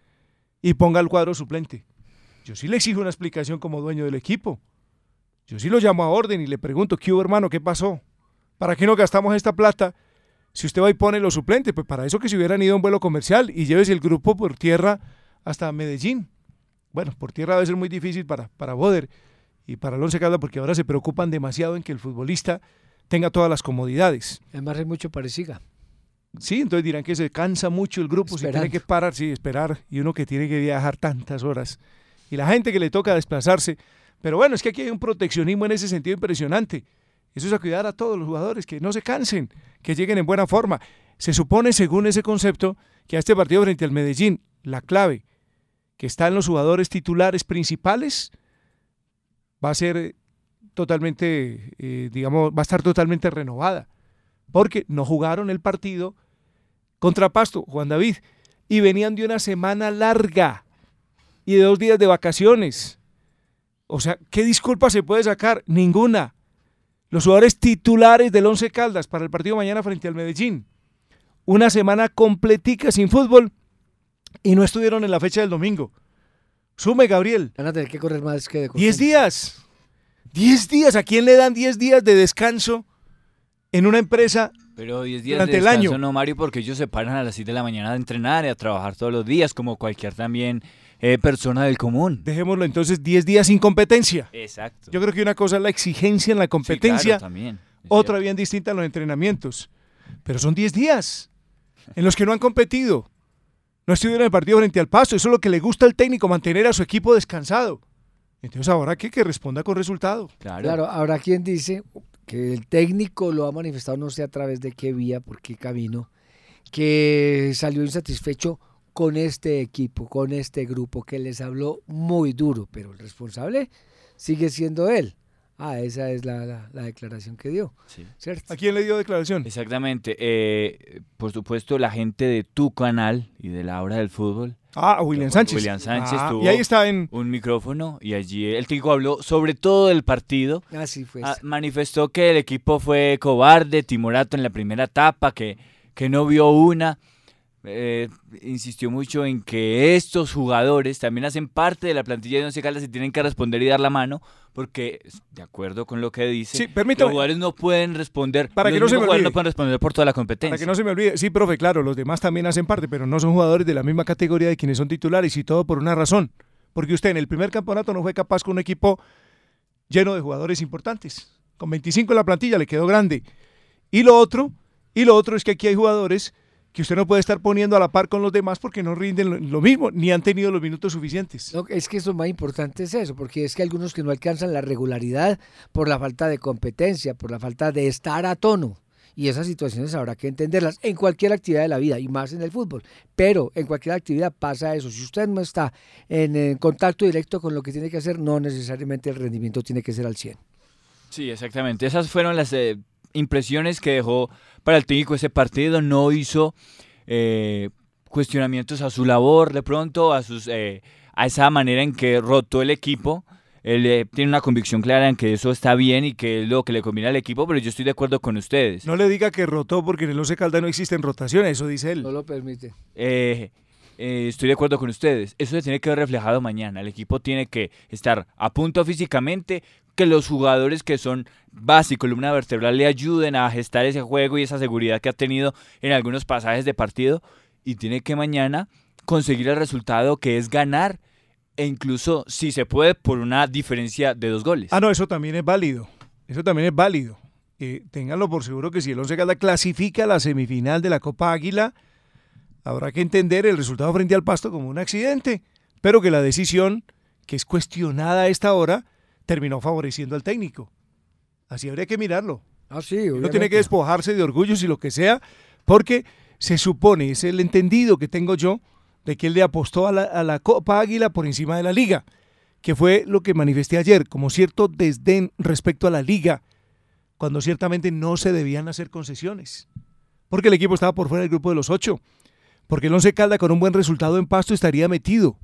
y ponga el cuadro suplente. Yo sí le exijo una explicación como dueño del equipo. Yo sí lo llamo a orden y le pregunto, ¿qué hubo, hermano? ¿Qué pasó? ¿Para qué no gastamos esta plata? Si usted va y pone los suplentes, pues para eso que se hubieran ido a un vuelo comercial y llévese el grupo por tierra hasta Medellín. Bueno, por tierra debe ser muy difícil para Boder y para el Once Caldas porque ahora se preocupan demasiado en que el futbolista tenga todas las comodidades. Además hay mucho pareciga. Sí, entonces dirán que se cansa mucho el grupo, si tiene que parar, sí, esperar, y uno que tiene que viajar tantas horas. Y la gente que le toca desplazarse. Pero bueno, es que aquí hay un proteccionismo en ese sentido impresionante. Eso es a cuidar a todos los jugadores, que no se cansen, que lleguen en buena forma. Se supone, según ese concepto, que a este partido frente al Medellín, la clave que está en los jugadores titulares principales va a ser totalmente, va a estar totalmente renovada, porque no jugaron el partido contra Pasto, Juan David, y venían de una semana larga y de 2 días de vacaciones. O sea, ¿qué disculpa se puede sacar? Ninguna. Los jugadores titulares del Once Caldas para el partido mañana frente al Medellín, una semana completica sin fútbol y no estuvieron en la fecha del domingo. Sume, Gabriel. Van a tener que correr más que de 10 días. 10 días, ¿a quién le dan 10 días de descanso en una empresa? Pero 10 días durante de el descanso año. No, Mario, porque ellos se paran a las 6 de la mañana a entrenar y a trabajar todos los días, como cualquier también persona del común. Dejémoslo entonces 10 días sin competencia. Exacto. Yo creo que una cosa es la exigencia en la competencia, Sí, claro, también. otra bien distinta en los entrenamientos. Pero son 10 días en los que no han competido. No estuvieron en el partido frente al Pasto. Eso es lo que le gusta al técnico, mantener a su equipo descansado. Entonces ahora que responda con resultado. Claro, habrá quien dice que el técnico lo ha manifestado, no sé a través de qué vía, por qué camino, que salió insatisfecho con este equipo, con este grupo, que les habló muy duro, pero el responsable sigue siendo él. Esa es la declaración que dio. Sí. ¿Cierto? ¿A quién le dio declaración? Exactamente. Por supuesto, la gente de tu canal y de la hora del fútbol. William Sánchez. William Sánchez tuvo y ahí está en un micrófono y allí el técnico habló sobre todo del partido. Así fue. Manifestó que el equipo fue cobarde, timorato en la primera etapa, que no vio una. Insistió mucho en que estos jugadores también hacen parte de la plantilla de Once Caldas y tienen que responder y dar la mano, porque de acuerdo con lo que dice, Sí, permítame. los jugadores no pueden responder, Para que los no se me mismos jugadores olvide. no pueden responder por toda la competencia. Para que no se me olvide, sí, profe, claro, los demás también hacen parte, pero no son jugadores de la misma categoría de quienes son titulares, y todo por una razón. Porque usted en el primer campeonato no fue capaz con un equipo lleno de jugadores importantes. Con 25 en la plantilla le quedó grande. Y lo otro es que aquí hay jugadores que usted no puede estar poniendo a la par con los demás porque no rinden lo mismo, ni han tenido los minutos suficientes. No, es que eso más importante es eso, porque es que hay algunos que no alcanzan la regularidad por la falta de competencia, por la falta de estar a tono. Y esas situaciones habrá que entenderlas en cualquier actividad de la vida y más en el fútbol. Pero en cualquier actividad pasa eso. Si usted no está en contacto directo con lo que tiene que hacer, no necesariamente el rendimiento tiene que ser al 100. Sí, exactamente. Esas fueron las impresiones que dejó para el técnico ese partido. No hizo cuestionamientos a su labor de pronto, a esa manera en que rotó el equipo. Él tiene una convicción clara en que eso está bien y que es lo que le conviene al equipo, pero yo estoy de acuerdo con ustedes. No le diga que rotó porque en el Once Caldas no existen rotaciones, eso dice él. No lo permite. Estoy de acuerdo con ustedes. Eso se tiene que ver reflejado mañana. El equipo tiene que estar a punto físicamente, que los jugadores que son base y columna vertebral le ayuden a gestar ese juego y esa seguridad que ha tenido en algunos pasajes de partido, y tiene que mañana conseguir el resultado, que es ganar, e incluso si se puede por una diferencia de 2 goles. No, eso también es válido. Eso también es válido. Ténganlo por seguro que si el Once Caldas clasifica a la semifinal de la Copa Águila, habrá que entender el resultado frente al Pasto como un accidente, pero que la decisión, que es cuestionada a esta hora, terminó favoreciendo al técnico. Así habría que mirarlo. Sí, no tiene que despojarse de orgullos y lo que sea, porque se supone, es el entendido que tengo yo, de que él le apostó a la Copa Águila por encima de la Liga, que fue lo que manifesté ayer, como cierto desdén respecto a la Liga, cuando ciertamente no se debían hacer concesiones, porque el equipo estaba por fuera del grupo de los 8, porque el Once Caldas con un buen resultado en Pasto estaría metido,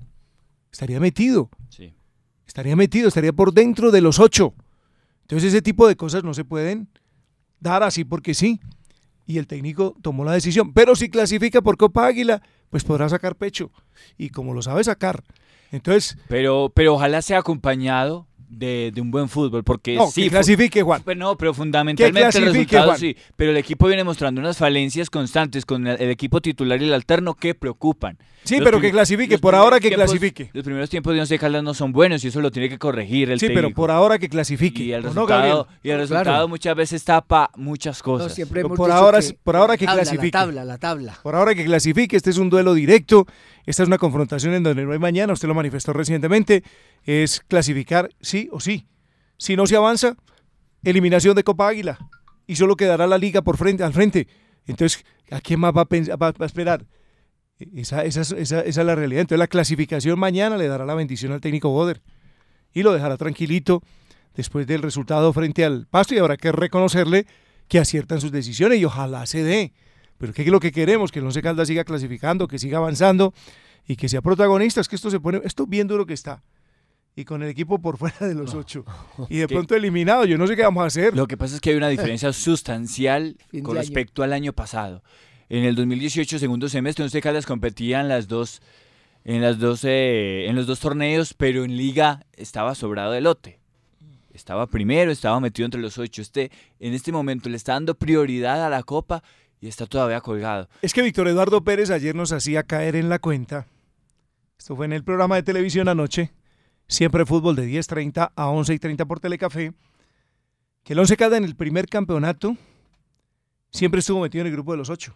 Sí. estaría por dentro de los 8. Entonces ese tipo de cosas no se pueden dar así porque sí. Y el técnico tomó la decisión. Pero si clasifica por Copa Águila, pues podrá sacar pecho. Y como lo sabe sacar. Entonces. Pero ojalá sea acompañado de un buen fútbol, porque no, sí, que clasifique, Juan. Pero fundamentalmente el resultado Juan. Sí, pero el equipo viene mostrando unas falencias constantes con el equipo titular y el alterno que preocupan. Sí, pero que clasifique, por ahora que clasifique. Los primeros tiempos de Once Caldas no son buenos y eso lo tiene que corregir el técnico. Sí, pero por ahora que clasifique. Y el resultado muchas veces tapa muchas cosas. No, siempre hemos por dicho ahora que clasifique. La tabla. Por ahora que clasifique, este es un duelo directo, esta es una confrontación en donde no hay mañana, usted lo manifestó recientemente, es clasificar sí o sí. Si no se avanza, eliminación de Copa Águila y solo quedará la Liga al frente. Entonces, ¿a quién más va a esperar? Esa es la realidad. Entonces la clasificación mañana le dará la bendición al técnico Boder y lo dejará tranquilito después del resultado frente al Pasto, y habrá que reconocerle que aciertan sus decisiones y ojalá se dé. Pero ¿qué es lo que queremos? Que el Once Caldas siga clasificando, que siga avanzando y que sea protagonista. Es que esto bien duro que está. Y con el equipo por fuera de los 8. Y de pronto eliminado, yo no sé qué vamos a hacer. Lo que pasa es que hay una diferencia sustancial con respecto al año pasado. En el 2018, segundo semestre, Once Caldas competía en los dos torneos, pero en Liga estaba sobrado de lote. estaba primero, estaba metido entre los 8. En este momento le está dando prioridad a la Copa y está todavía colgado. Es que Víctor Eduardo Pérez ayer nos hacía caer en la cuenta, esto fue en el programa de televisión anoche, Siempre Fútbol de 10:30 a 11:30 por Telecafé, que el Once Caldas en el primer campeonato siempre estuvo metido en el grupo de los 8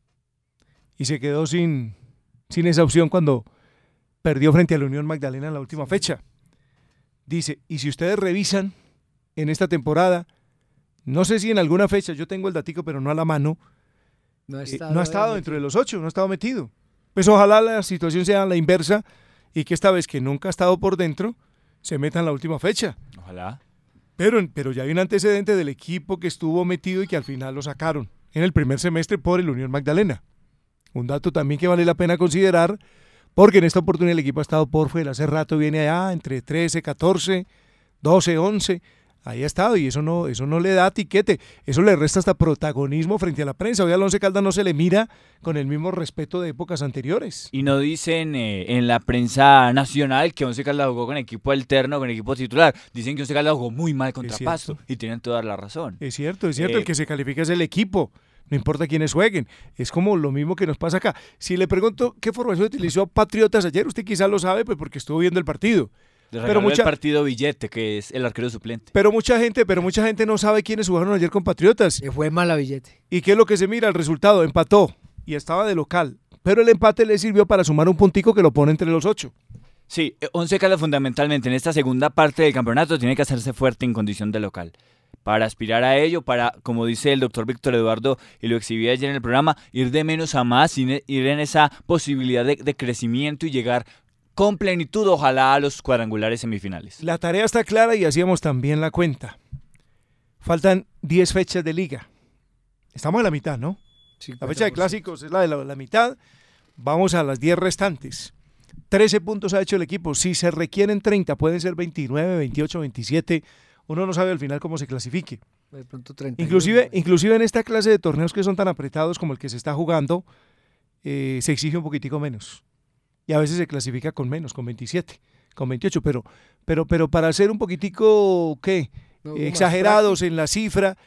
y se quedó sin esa opción cuando perdió frente a la Unión Magdalena en la última fecha. Dice, y si ustedes revisan en esta temporada, no sé si en alguna fecha, yo tengo el datico pero no a la mano, no ha estado dentro de los 8, no ha estado metido. Pues ojalá la situación sea la inversa y que esta vez que nunca ha estado por dentro, se meta en la última fecha. Ojalá. Pero ya hay un antecedente del equipo que estuvo metido y que al final lo sacaron en el primer semestre por el Unión Magdalena. Un dato también que vale la pena considerar, porque en esta oportunidad el equipo ha estado por fuera, hace rato viene allá entre 13, 14, 12, 11, ahí ha estado y eso no le da tiquete, eso le resta hasta protagonismo frente a la prensa. Hoy al Once Caldas no se le mira con el mismo respeto de épocas anteriores. Y no dicen en la prensa nacional que Once Caldas jugó con equipo alterno, con equipo titular. Dicen que Once Caldas jugó muy mal contra Pasto y tienen toda la razón. Es cierto, el que se califica es el equipo. No importa quiénes jueguen, es como lo mismo que nos pasa acá. Si le pregunto qué formación utilizó Patriotas ayer, usted quizás lo sabe pues porque estuvo viendo el partido. Pero el partido Villete, que es el arquero suplente. Pero mucha gente no sabe quiénes jugaron ayer con Patriotas. Fue mala Villete. ¿Y qué es lo que se mira? El resultado, empató y estaba de local. Pero el empate le sirvió para sumar un puntico que lo pone entre los 8. Sí, Once Caldas fundamentalmente en esta segunda parte del campeonato tiene que hacerse fuerte en condición de local. Para aspirar a ello, para, como dice el doctor Víctor Eduardo, y lo exhibía ayer en el programa, ir de menos a más, ir en esa posibilidad de crecimiento y llegar con plenitud, ojalá, a los cuadrangulares semifinales. La tarea está clara y hacíamos también la cuenta. Faltan 10 fechas de liga. Estamos en la mitad, ¿no? Sí, la fecha de clásicos es la de la mitad. Vamos a las 10 restantes. 13 puntos ha hecho el equipo. Si se requieren 30, pueden ser 29, 28, 27. Uno no sabe al final cómo se clasifique. De pronto 30. Inclusive en esta clase de torneos que son tan apretados como el que se está jugando, se exige un poquitico menos. Y a veces se clasifica con menos, con 27, con 28. Pero para ser un poquitico, exagerados en la cifra,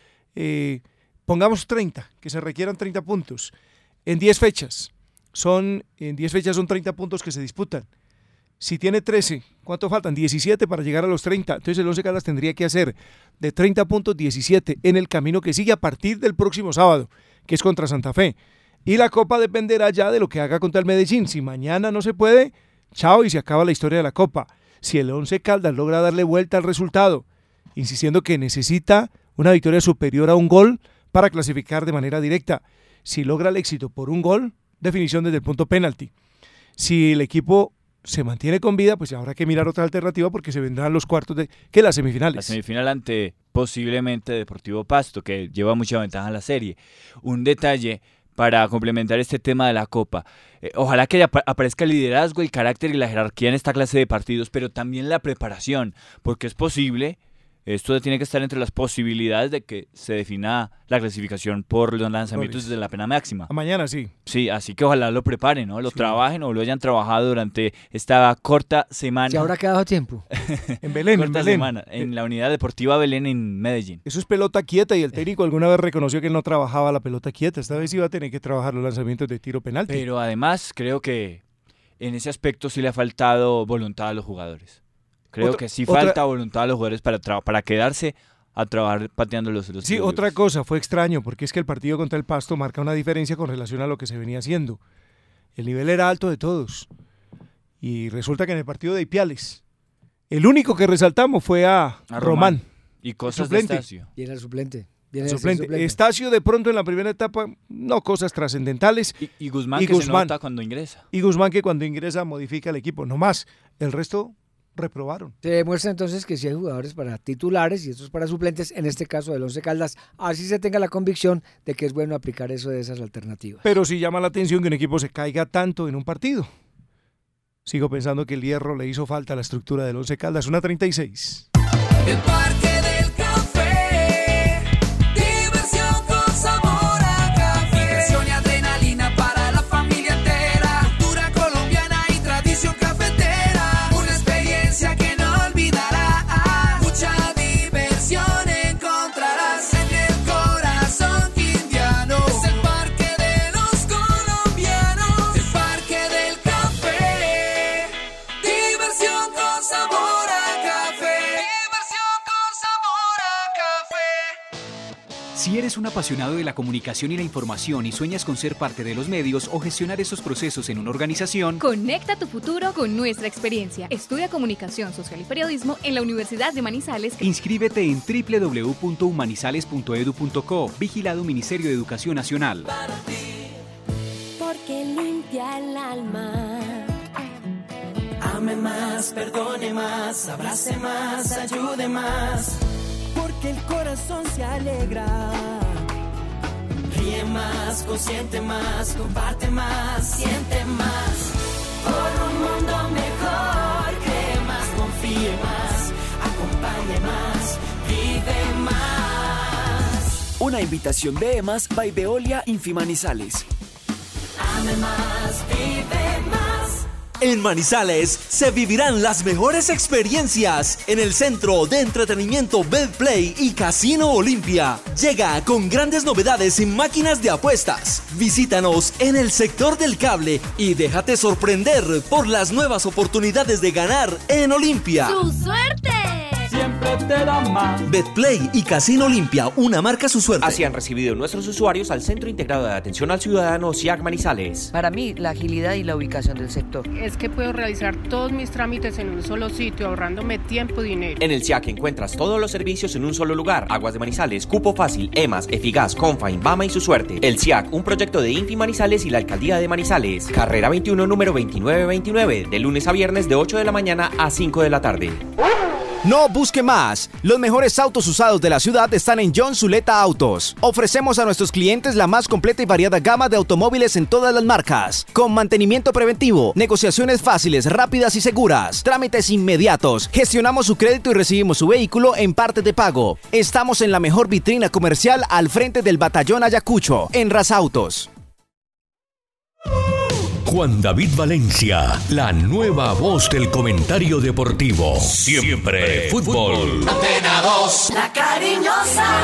pongamos 30, que se requieran 30 puntos. En 10 fechas son 30 puntos que se disputan. Si tiene 13, ¿cuánto faltan? 17 para llegar a los 30. Entonces el Once Caldas tendría que hacer de 30 puntos 17 en el camino que sigue a partir del próximo sábado, que es contra Santa Fe. Y la Copa dependerá ya de lo que haga contra el Medellín. Si mañana no se puede, chao y se acaba la historia de la Copa. Si el Once Caldas logra darle vuelta al resultado, insistiendo que necesita una victoria superior a un gol para clasificar de manera directa. Si logra el éxito por un gol, definición desde el punto penalti. Si el equipo se mantiene con vida, pues habrá que mirar otra alternativa porque se vendrán los cuartos que las semifinales. La semifinal ante posiblemente Deportivo Pasto, que lleva mucha ventaja en la serie. Un detalle para complementar este tema de la Copa. Ojalá que aparezca el liderazgo, el carácter y la jerarquía en esta clase de partidos, pero también la preparación, porque es posible. Esto tiene que estar entre las posibilidades de que se defina la clasificación por los lanzamientos desde la pena máxima. Mañana sí. Sí, así que ojalá lo preparen, ¿no? Lo trabajen o lo hayan trabajado durante esta corta semana. ¿Se habrá quedado tiempo? En Belén, corta semana, en la Unidad Deportiva Belén en Medellín. Eso es pelota quieta y el técnico alguna vez reconoció que él no trabajaba la pelota quieta. Esta vez iba a tener que trabajar los lanzamientos de tiro penalti. Pero además creo que en ese aspecto sí le ha faltado voluntad a los jugadores. Creo que sí falta voluntad a los jugadores para quedarse a trabajar pateando los Sí, libres. Otra cosa, fue extraño, porque es que el partido contra el Pasto marca una diferencia con relación a lo que se venía haciendo. El nivel era alto de todos. Y resulta que en el partido de Ipiales, el único que resaltamos fue a Román. Y cosas de Estacio. Y era el suplente. Estacio de pronto en la primera etapa, no cosas trascendentales. Y Guzmán que se nota cuando ingresa. Y Guzmán que cuando ingresa modifica el equipo, no más. El resto reprobaron. Se demuestra entonces que sí hay jugadores para titulares y estos para suplentes, en este caso del Once Caldas, así se tenga la convicción de que es bueno aplicar eso de esas alternativas. Pero sí llama la atención que un equipo se caiga tanto en un partido. Sigo pensando que el hierro le hizo falta a la estructura del Once Caldas. 1:36. El Parque del Café, diversión con sabor a café, diversión y adrenalina para la familia entera, cultura colombiana y tradición cafetera, una experiencia que no olvidará, mucha Diversión con sabor a café. Diversión con sabor a café. Si eres un apasionado de la comunicación y la información y sueñas con ser parte de los medios o gestionar esos procesos en una organización, conecta tu futuro con nuestra experiencia. Estudia Comunicación Social y Periodismo en la Universidad de Manizales. Inscríbete en www.humanizales.edu.co. Vigilado Ministerio de Educación Nacional. Porque limpia el alma. Ame más, perdone más, abrace más, ayude más. Porque el corazón se alegra. Ríe más, consiente más, comparte más, siente más. Por un mundo mejor, cree más, confíe más, acompañe más, vive más. Una invitación de EMAS by Veolia Infimanizales. Ame más, vive más. En Manizales se vivirán las mejores experiencias en el Centro de Entretenimiento Betplay y Casino Olimpia. Llega con grandes novedades en máquinas de apuestas. Visítanos en el sector del cable y déjate sorprender por las nuevas oportunidades de ganar en Olimpia. ¡Su suerte! Siempre te da más. Betplay y Casino Olimpia, una marca Su Suerte. Así han recibido nuestros usuarios al Centro Integrado de Atención al Ciudadano SIAC Manizales. Para mí, la agilidad y la ubicación del sector. Es que puedo realizar todos mis trámites en un solo sitio, ahorrándome tiempo y dinero. En el SIAC encuentras todos los servicios en un solo lugar. Aguas de Manizales, Cupo Fácil, EMAS, Efigas, Confain, Bama y Su Suerte. El SIAC, un proyecto de Infi Manizales y la Alcaldía de Manizales. Carrera 21, número 2929, de lunes a viernes de 8 de la mañana a 5 de la tarde. No busque más. Los mejores autos usados de la ciudad están en John Zuleta Autos. Ofrecemos a nuestros clientes la más completa y variada gama de automóviles en todas las marcas, con mantenimiento preventivo, negociaciones fáciles, rápidas y seguras, trámites inmediatos. Gestionamos su crédito y recibimos su vehículo en parte de pago. Estamos en la mejor vitrina comercial al frente del Batallón Ayacucho, en Raza Autos. Juan David Valencia, la nueva voz del comentario deportivo. Siempre fútbol. Antena 2, la cariñosa.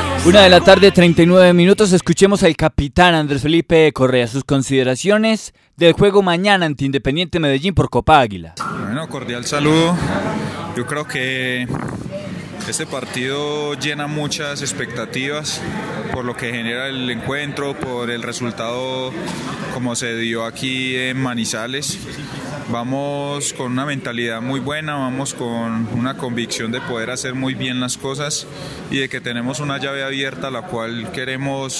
1:39 p.m. Escuchemos al capitán Andrés Felipe Correa, sus consideraciones del juego mañana ante Independiente Medellín por Copa Águila. Bueno, cordial saludo. Yo creo que este partido llena muchas expectativas por lo que genera el encuentro, por el resultado como se dio aquí en Manizales. Vamos con una mentalidad muy buena, vamos con una convicción de poder hacer muy bien las cosas y de que tenemos una llave abierta a la cual queremos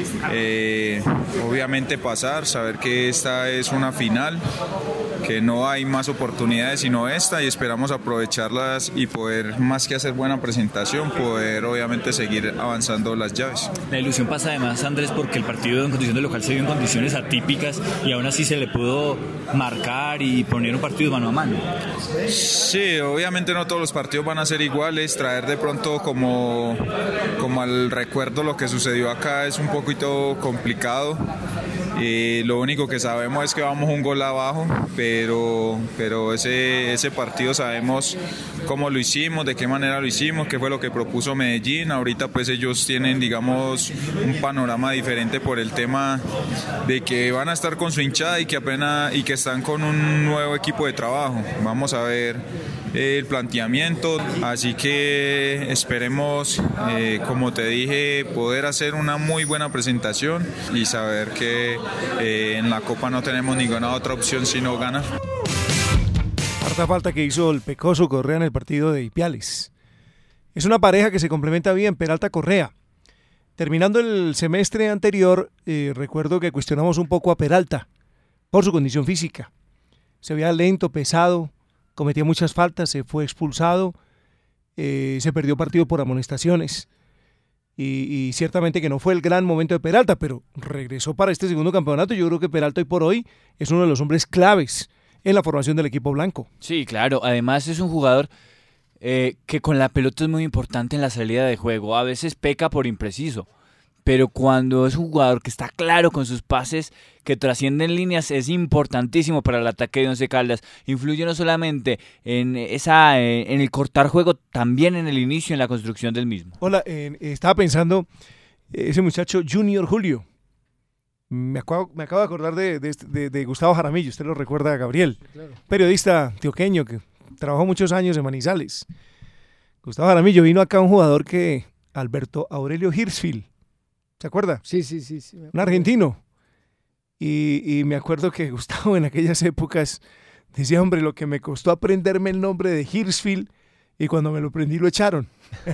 obviamente pasar, saber que esta es una final, que no hay más oportunidades sino esta y esperamos aprovecharlas y poder, más que hacer buena presentación, poder obviamente seguir avanzando las llaves. La ilusión pasa además, Andrés, porque el partido en condición de local se dio en condiciones atípicas y aún así se le pudo marcar y poner un partido mano a mano. Sí, obviamente no todos los partidos van a ser iguales, traer de pronto como al recuerdo lo que sucedió acá es un poquito complicado. Lo único que sabemos es que vamos un gol abajo, pero ese partido sabemos cómo lo hicimos, de qué manera lo hicimos, qué fue lo que propuso Medellín. Ahorita pues ellos tienen, digamos, un panorama diferente por el tema de que van a estar con su hinchada y que están con un nuevo equipo de trabajo. Vamos a ver el planteamiento, así que esperemos, como te dije, poder hacer una muy buena presentación y saber que en la Copa no tenemos ninguna otra opción sino ganar. Harta falta que hizo el Pecoso Correa en el partido de Ipiales. Es una pareja que se complementa bien, Peralta-Correa. Terminando el semestre anterior, recuerdo que cuestionamos un poco a Peralta por su condición física. Se veía lento, pesado, cometía muchas faltas, se fue expulsado, se perdió partido por amonestaciones. Y ciertamente que no fue el gran momento de Peralta, pero regresó para este segundo campeonato. Yo creo que Peralta hoy por hoy es uno de los hombres claves en la formación del equipo blanco. Sí, claro. Además es un jugador que con la pelota es muy importante en la salida de juego. A veces peca por impreciso, pero cuando es un jugador que está claro con sus pases, que trascienden líneas, es importantísimo para el ataque de Once Caldas. Influye no solamente en el cortar juego, también en el inicio, en la construcción del mismo. Hola, estaba pensando, ese muchacho Junior Julio, me acabo de acordar de Gustavo Jaramillo, usted lo recuerda, Gabriel, claro. Periodista antioqueño que trabajó muchos años en Manizales. Gustavo Jaramillo, vino acá un jugador que, Alberto Aurelio Hirschfield, ¿se acuerda? Sí. Un argentino. Y me acuerdo que Gustavo en aquellas épocas decía, hombre, lo que me costó aprenderme el nombre de Hirschfield, y cuando me lo aprendí lo echaron.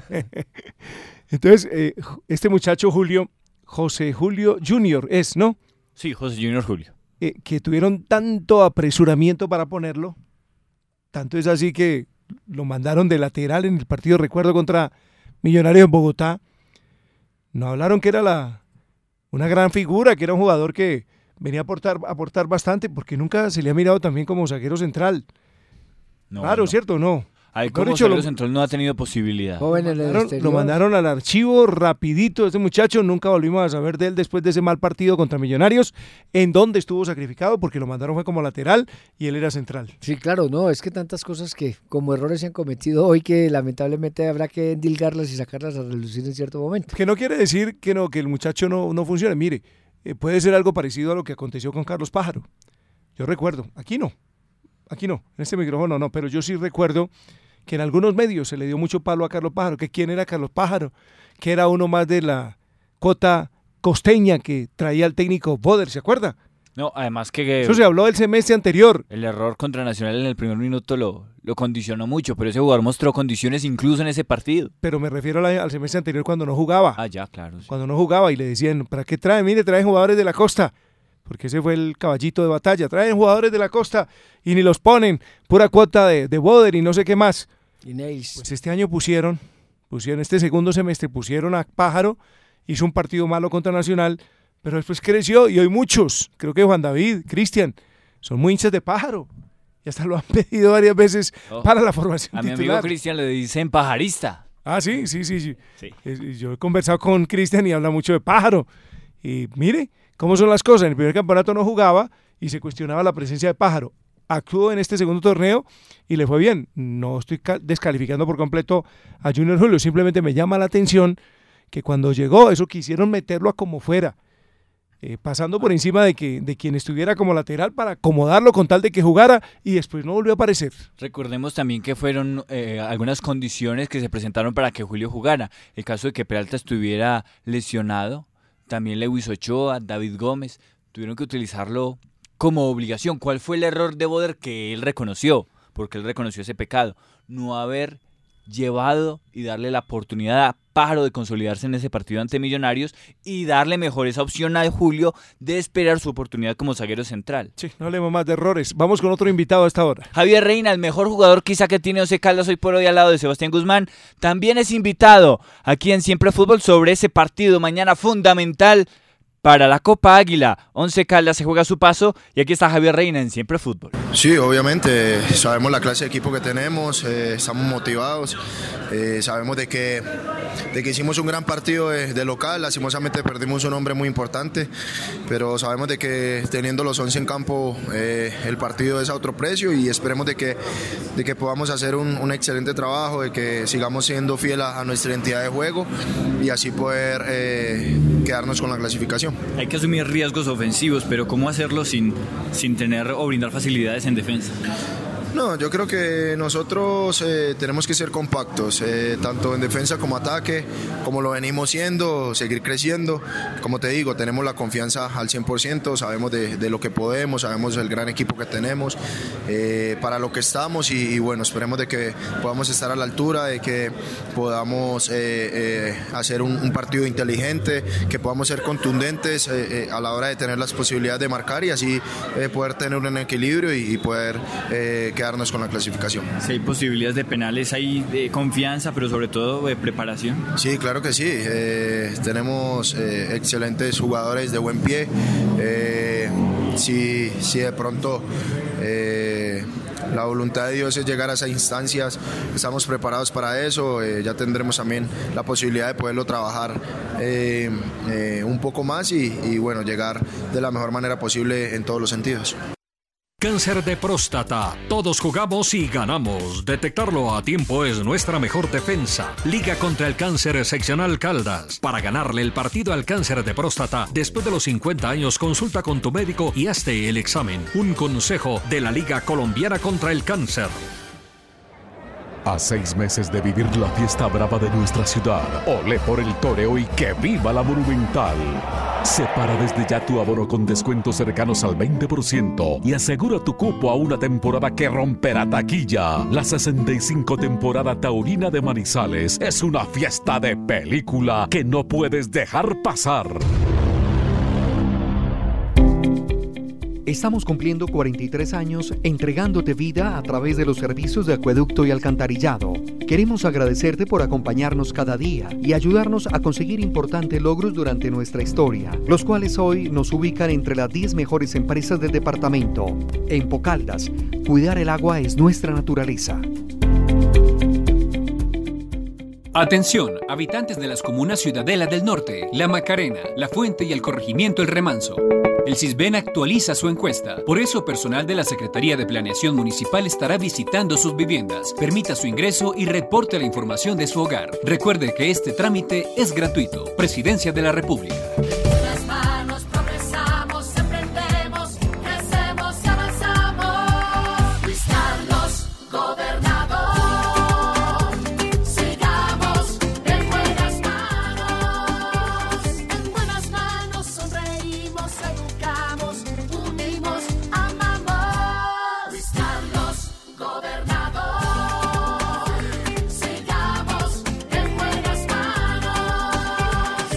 Entonces, este muchacho José Julio Junior es, ¿no? Sí, José Junior Julio. Que tuvieron tanto apresuramiento para ponerlo, tanto es así que lo mandaron de lateral en el partido, recuerdo, contra Millonarios en Bogotá. No hablaron que era una gran figura, que era un jugador que venía a aportar bastante, porque nunca se le ha mirado también como zaguero central. No, claro, no. ¿cierto? No. Ahí como zaguero central no ha tenido posibilidad. Lo mandaron al archivo rapidito. Este muchacho, nunca volvimos a saber de él después de ese mal partido contra Millonarios, en donde estuvo sacrificado porque lo mandaron fue como lateral y él era central. Sí, claro, no, es que tantas cosas que como errores se han cometido hoy que lamentablemente habrá que endilgarlas y sacarlas a relucir en cierto momento. Que no quiere decir que el muchacho no funcione. Mire, puede ser algo parecido a lo que aconteció con Carlos Pájaro. Yo recuerdo, aquí no, en este micrófono no, pero yo sí recuerdo que en algunos medios se le dio mucho palo a Carlos Pájaro, que quién era Carlos Pájaro, que era uno más de la cota costeña que traía el técnico Boder, ¿se acuerda? No, además que... Eso se habló del semestre anterior. El error contra Nacional en el primer minuto lo condicionó mucho, pero ese jugador mostró condiciones incluso en ese partido. Pero me refiero al semestre anterior cuando no jugaba. Ah, ya, claro. Sí. Cuando no jugaba y le decían, ¿para qué traen? Mire, traen jugadores de la costa. Porque ese fue el caballito de batalla. Traen jugadores de la costa y ni los ponen. Pura cuota de Boder y no sé qué más. Pues este año pusieron este segundo semestre, pusieron a Pájaro, hizo un partido malo contra Nacional, pero después creció y hoy muchos, creo que Juan David, Cristian, son muy hinchas de Pájaro. Y hasta lo han pedido varias veces para la formación a titular. Mi amigo Cristian le dicen pajarista. Ah, sí. Yo he conversado con Cristian y habla mucho de Pájaro. Y mire cómo son las cosas. En el primer campeonato no jugaba y se cuestionaba la presencia de Pájaro. Actuó en este segundo torneo y le fue bien. No estoy descalificando por completo a Junior Julio, simplemente me llama la atención que cuando llegó eso quisieron meterlo a como fuera, pasando por encima de quien estuviera como lateral para acomodarlo con tal de que jugara y después no volvió a aparecer. Recordemos también que fueron algunas condiciones que se presentaron para que Julio jugara. El caso de que Peralta estuviera lesionado, también Lewis Ochoa, David Gómez, tuvieron que utilizarlo como obligación. ¿Cuál fue el error de Boder que él reconoció? Porque él reconoció ese pecado. No haber llevado y darle la oportunidad a Pájaro de consolidarse en ese partido ante Millonarios y darle mejor esa opción a Julio de esperar su oportunidad como zaguero central. Sí, no hablemos más de errores. Vamos con otro invitado a esta hora. Javier Reina, el mejor jugador quizá que tiene Once Caldas hoy por hoy al lado de Sebastián Guzmán, también es invitado aquí en Siempre Fútbol sobre ese partido mañana fundamental para la Copa Águila. Once Caldas se juega su paso y aquí está Javier Reina en Siempre Fútbol. Sí, obviamente sabemos la clase de equipo que tenemos, estamos motivados, sabemos de que hicimos un gran partido de local, lastimosamente perdimos un hombre muy importante, pero sabemos de que teniendo los 11 en campo el partido es a otro precio y esperemos de que podamos hacer un excelente trabajo, de que sigamos siendo fieles a nuestra identidad de juego y así poder quedarnos con la clasificación. Hay que asumir riesgos ofensivos, pero ¿cómo hacerlo sin tener o brindar facilidades en defensa? No, yo creo que nosotros tenemos que ser compactos, tanto en defensa como ataque, como lo venimos siendo, seguir creciendo. Como te digo, tenemos la confianza al 100%, sabemos de lo que podemos, sabemos el gran equipo que tenemos, para lo que estamos y bueno, esperemos de que podamos estar a la altura, de que podamos hacer un partido inteligente, que podamos ser contundentes a la hora de tener las posibilidades de marcar y así poder tener un equilibrio y poder quedarnos con la clasificación. Si hay posibilidades de penales, hay de confianza, pero sobre todo de preparación. Sí, claro que sí. Tenemos excelentes jugadores de buen pie. Si de pronto la voluntad de Dios es llegar a esas instancias, estamos preparados para eso. Ya tendremos también la posibilidad de poderlo trabajar un poco más y bueno, llegar de la mejor manera posible en todos los sentidos. Cáncer de próstata. Todos jugamos y ganamos. Detectarlo a tiempo es nuestra mejor defensa. Liga contra el Cáncer Seccional Caldas. Para ganarle el partido al cáncer de próstata, después de los 50 años, consulta con tu médico y hazte el examen. Un consejo de la Liga Colombiana contra el Cáncer. A 6 meses de vivir la fiesta brava de nuestra ciudad, olé por el toreo y que viva la Monumental. Separa desde ya tu abono con descuentos cercanos al 20% y asegura tu cupo a una temporada que romperá taquilla. La 65 temporada taurina de Manizales es una fiesta de película que no puedes dejar pasar. Estamos cumpliendo 43 años entregándote vida a través de los servicios de acueducto y alcantarillado. Queremos agradecerte por acompañarnos cada día y ayudarnos a conseguir importantes logros durante nuestra historia, los cuales hoy nos ubican entre las 10 mejores empresas del departamento. En Pocaldas, cuidar el agua es nuestra naturaleza. Atención, habitantes de las comunas Ciudadela del Norte, La Macarena, La Fuente y el corregimiento El Remanso. El CISBEN actualiza su encuesta. Por eso, personal de la Secretaría de Planeación Municipal estará visitando sus viviendas. Permita su ingreso y reporte la información de su hogar. Recuerde que este trámite es gratuito. Presidencia de la República. Las manos progresamos, emprendemos, crecemos y avanzamos. Luis Carlos, gobernador. Sigamos en buenas manos. En buenas manos sonreímos, educamos, unimos, amamos. Luis Carlos, gobernador. Sigamos en buenas manos.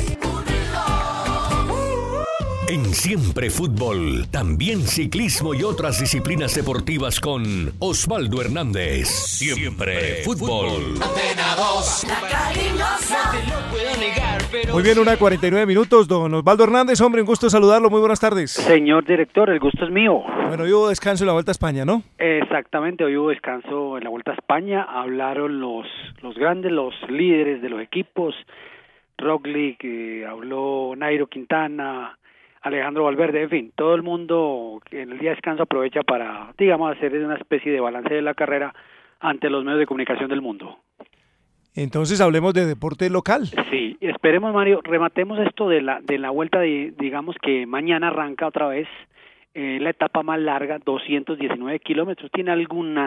En Siempre Fútbol, también ciclismo y otras disciplinas deportivas con Osvaldo Hernández. Siempre Fútbol. Antena 2, la cariñosa. Muy bien, 1:49 minutos. Don Osvaldo Hernández, hombre, un gusto saludarlo. Muy buenas tardes. Señor director, el gusto es mío. Bueno, hoy hubo descanso en la Vuelta a España, ¿no? Exactamente, hoy hubo descanso en la Vuelta a España. Hablaron los grandes, los líderes de los equipos. Roglic, habló Nairo Quintana, Alejandro Valverde, en fin, todo el mundo en el día de descanso aprovecha para, digamos, hacer una especie de balance de la carrera ante los medios de comunicación del mundo. Entonces hablemos de deporte local. Sí, esperemos, Mario, rematemos esto de la vuelta, digamos que mañana arranca otra vez la etapa más larga, 219 kilómetros, tiene algunas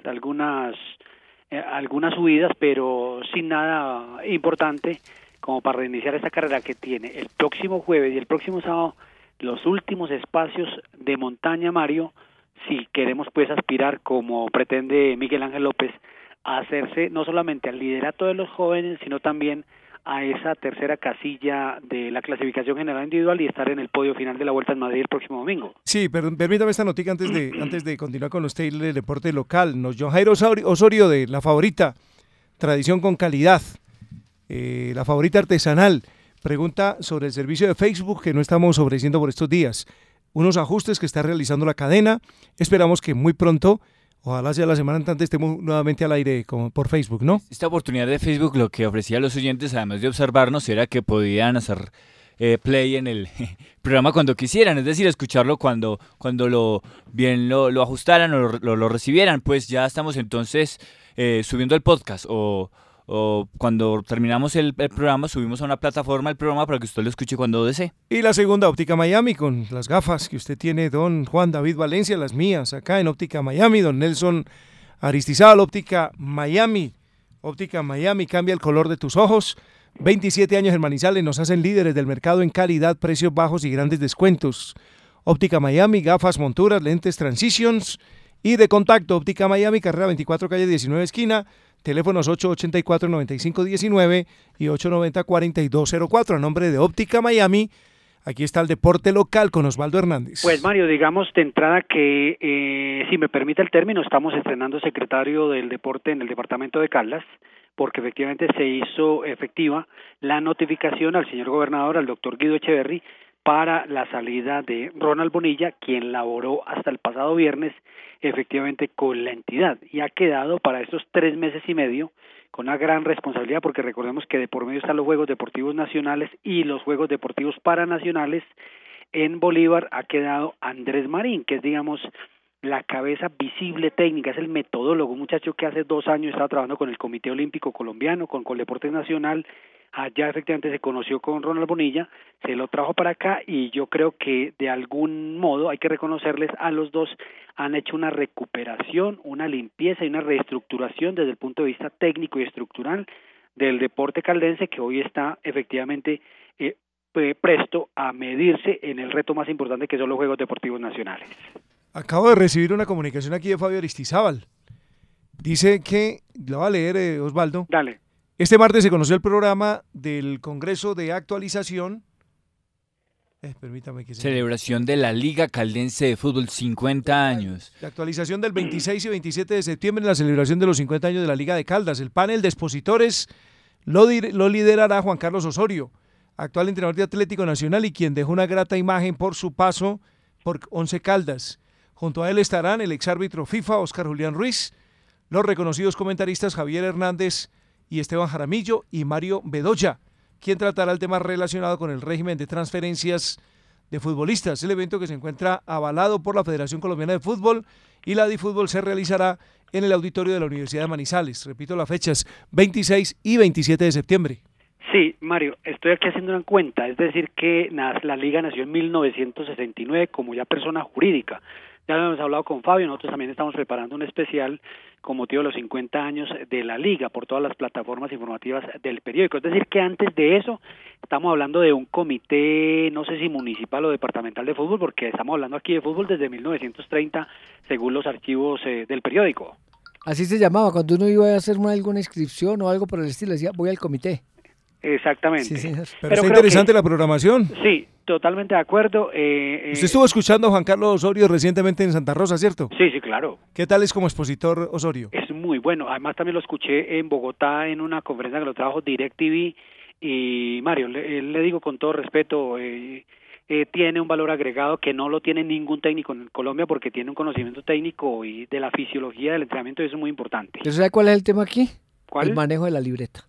subidas, pero sin nada importante como para reiniciar esta carrera que tiene el próximo jueves y el próximo sábado los últimos espacios de montaña, Mario, si queremos pues aspirar, como pretende Miguel Ángel López, a hacerse no solamente al liderato de los jóvenes, sino también a esa tercera casilla de la clasificación general individual y estar en el podio final de la Vuelta en Madrid el próximo domingo. Sí, pero permítame esta notica antes de continuar con usted el deporte local. Nos dio Jairo Osorio de La Favorita, tradición con calidad, La Favorita artesanal. Pregunta sobre el servicio de Facebook que no estamos ofreciendo por estos días. Unos ajustes que está realizando la cadena. Esperamos que muy pronto, ojalá sea la semana entrante, estemos nuevamente al aire por Facebook, ¿no? Esta oportunidad de Facebook lo que ofrecía a los oyentes, además de observarnos, era que podían hacer play en el programa cuando quisieran, es decir, escucharlo cuando lo ajustaran o lo recibieran. Pues ya estamos entonces subiendo el podcast o cuando terminamos el programa subimos a una plataforma el programa para que usted lo escuche cuando desee. Y la segunda, Óptica Miami, con las gafas que usted tiene, don Juan David Valencia, las mías acá en Óptica Miami, don Nelson Aristizábal. Óptica Miami, cambia el color de tus ojos. 27 años en Manizales, nos hacen líderes del mercado en calidad, precios bajos y grandes descuentos. Óptica Miami, gafas, monturas, lentes, transitions y de contacto. Óptica Miami, carrera 24, calle 19, esquina. Teléfonos 884-9519 y 890-4204. A nombre de Óptica Miami, aquí está el deporte local con Osvaldo Hernández. Pues Mario, digamos de entrada que, si me permite el término, estamos estrenando secretario del deporte en el departamento de Caldas, porque efectivamente se hizo efectiva la notificación al señor gobernador, al doctor Guido Echeverry, para la salida de Ronald Bonilla, quien laboró hasta el pasado viernes efectivamente con la entidad y ha quedado para estos 3 meses y medio con una gran responsabilidad, porque recordemos que de por medio están los Juegos Deportivos Nacionales y los Juegos Deportivos Paranacionales. En Bolívar ha quedado Andrés Marín, que es, digamos, la cabeza visible técnica, es el metodólogo, un muchacho que hace 2 años estaba trabajando con el Comité Olímpico Colombiano, con Coldeportes Nacional, allá efectivamente se conoció con Ronald Bonilla, se lo trajo para acá y yo creo que de algún modo hay que reconocerles a los dos, han hecho una recuperación, una limpieza y una reestructuración desde el punto de vista técnico y estructural del deporte caldense, que hoy está efectivamente presto a medirse en el reto más importante que son los Juegos Deportivos Nacionales. Acabo de recibir una comunicación aquí de Fabio Aristizábal. Dice que, lo va a leer Osvaldo. Dale. Este martes se conoció el programa del Congreso de Actualización. Permítame que Celebración de la Liga Caldense de Fútbol, 50 años. La actualización del 26 y 27 de septiembre en la celebración de los 50 años de la Liga de Caldas. El panel de expositores lo liderará Juan Carlos Osorio, actual entrenador de Atlético Nacional y quien dejó una grata imagen por su paso por Once Caldas. Junto a él estarán el exárbitro FIFA, Oscar Julián Ruiz, los reconocidos comentaristas Javier Hernández y Esteban Jaramillo y Mario Bedoya, quien tratará el tema relacionado con el régimen de transferencias de futbolistas. El evento, que se encuentra avalado por la Federación Colombiana de Fútbol y la DiFútbol, se realizará en el auditorio de la Universidad de Manizales. Repito las fechas, 26 y 27 de septiembre. Sí, Mario, estoy aquí haciendo una cuenta, es decir que la Liga nació en 1969 como ya persona jurídica. Ya lo hemos hablado con Fabio, nosotros también estamos preparando un especial con motivo de los 50 años de la Liga por todas las plataformas informativas del periódico. Es decir que antes de eso estamos hablando de un comité, no sé si municipal o departamental de fútbol, porque estamos hablando aquí de fútbol desde 1930 según los archivos del periódico. Así se llamaba, cuando uno iba a hacer alguna inscripción o algo por el estilo, decía voy al comité. Exactamente. Sí, señor. Pero está interesante la programación. Sí, totalmente de acuerdo. Usted estuvo escuchando a Juan Carlos Osorio recientemente en Santa Rosa, ¿cierto? Sí, claro. ¿Qué tal es como expositor Osorio? Es muy bueno. Además también lo escuché en Bogotá en una conferencia que lo trajo DirecTV y Mario, le digo con todo respeto, tiene un valor agregado que no lo tiene ningún técnico en Colombia porque tiene un conocimiento técnico y de la fisiología del entrenamiento y eso es muy importante. ¿Pero sabe cuál es el tema aquí? ¿Cuál? El manejo de la libreta.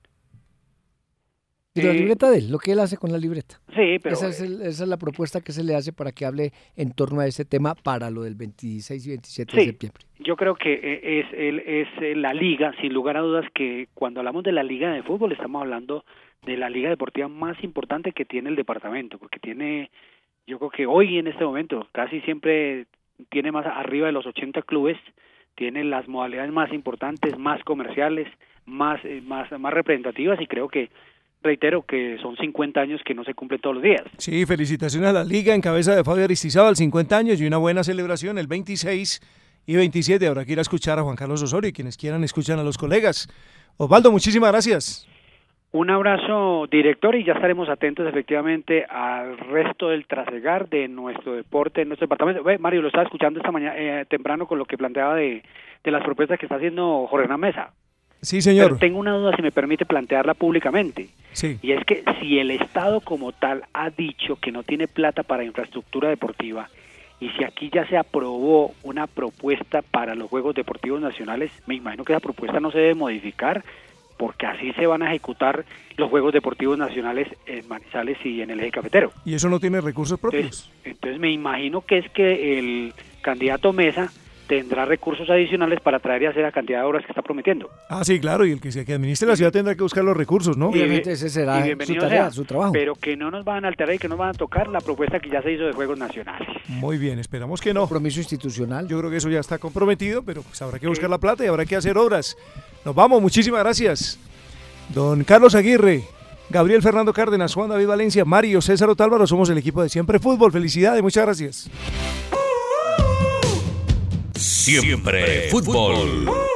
¿Y la libreta de él? Lo que él hace con la libreta. Sí, pero... Esa es la propuesta que se le hace para que hable en torno a ese tema para lo del 26 y 27 de septiembre. Yo creo que es la liga, sin lugar a dudas, que cuando hablamos de la liga de fútbol estamos hablando de la liga deportiva más importante que tiene el departamento, porque tiene, yo creo que hoy en este momento casi siempre tiene más arriba de los 80 clubes, tiene las modalidades más importantes, más comerciales, más representativas y creo que reitero que son 50 años que no se cumplen todos los días. Sí, felicitaciones a la Liga en cabeza de Fabio Aristizábal, 50 años y una buena celebración el 26 y 27. Habrá que ir a escuchar a Juan Carlos Osorio y quienes quieran escuchan a los colegas. Osvaldo, muchísimas gracias. Un abrazo, director, y ya estaremos atentos efectivamente al resto del trasegar de nuestro deporte, en nuestro departamento. Mario, lo estaba escuchando esta mañana temprano con lo que planteaba de las propuestas que está haciendo Jorge Hernán Mesa. Sí, señor. Pero tengo una duda, si me permite plantearla públicamente. Sí. Y es que si el Estado como tal ha dicho que no tiene plata para infraestructura deportiva, y si aquí ya se aprobó una propuesta para los Juegos Deportivos Nacionales, me imagino que esa propuesta no se debe modificar, porque así se van a ejecutar los Juegos Deportivos Nacionales en Manizales y en el Eje Cafetero. ¿Y eso no tiene recursos propios? Entonces me imagino que es que el candidato Mesa tendrá recursos adicionales para traer y hacer la cantidad de obras que está prometiendo. Ah, sí, claro, y el que administre la ciudad tendrá que buscar los recursos, ¿no? Obviamente ese será su tarea, su trabajo. Pero que no nos van a alterar y que no van a tocar la propuesta que ya se hizo de Juegos Nacionales. Muy bien, esperamos que no. Compromiso institucional. Yo creo que eso ya está comprometido, pero pues habrá que buscar la plata y habrá que hacer obras. Nos vamos, muchísimas gracias. Don Carlos Aguirre, Gabriel Fernando Cárdenas, Juan David Valencia, Mario César Otálvaro, somos el equipo de Siempre Fútbol. Felicidades, muchas gracias. Siempre Fútbol.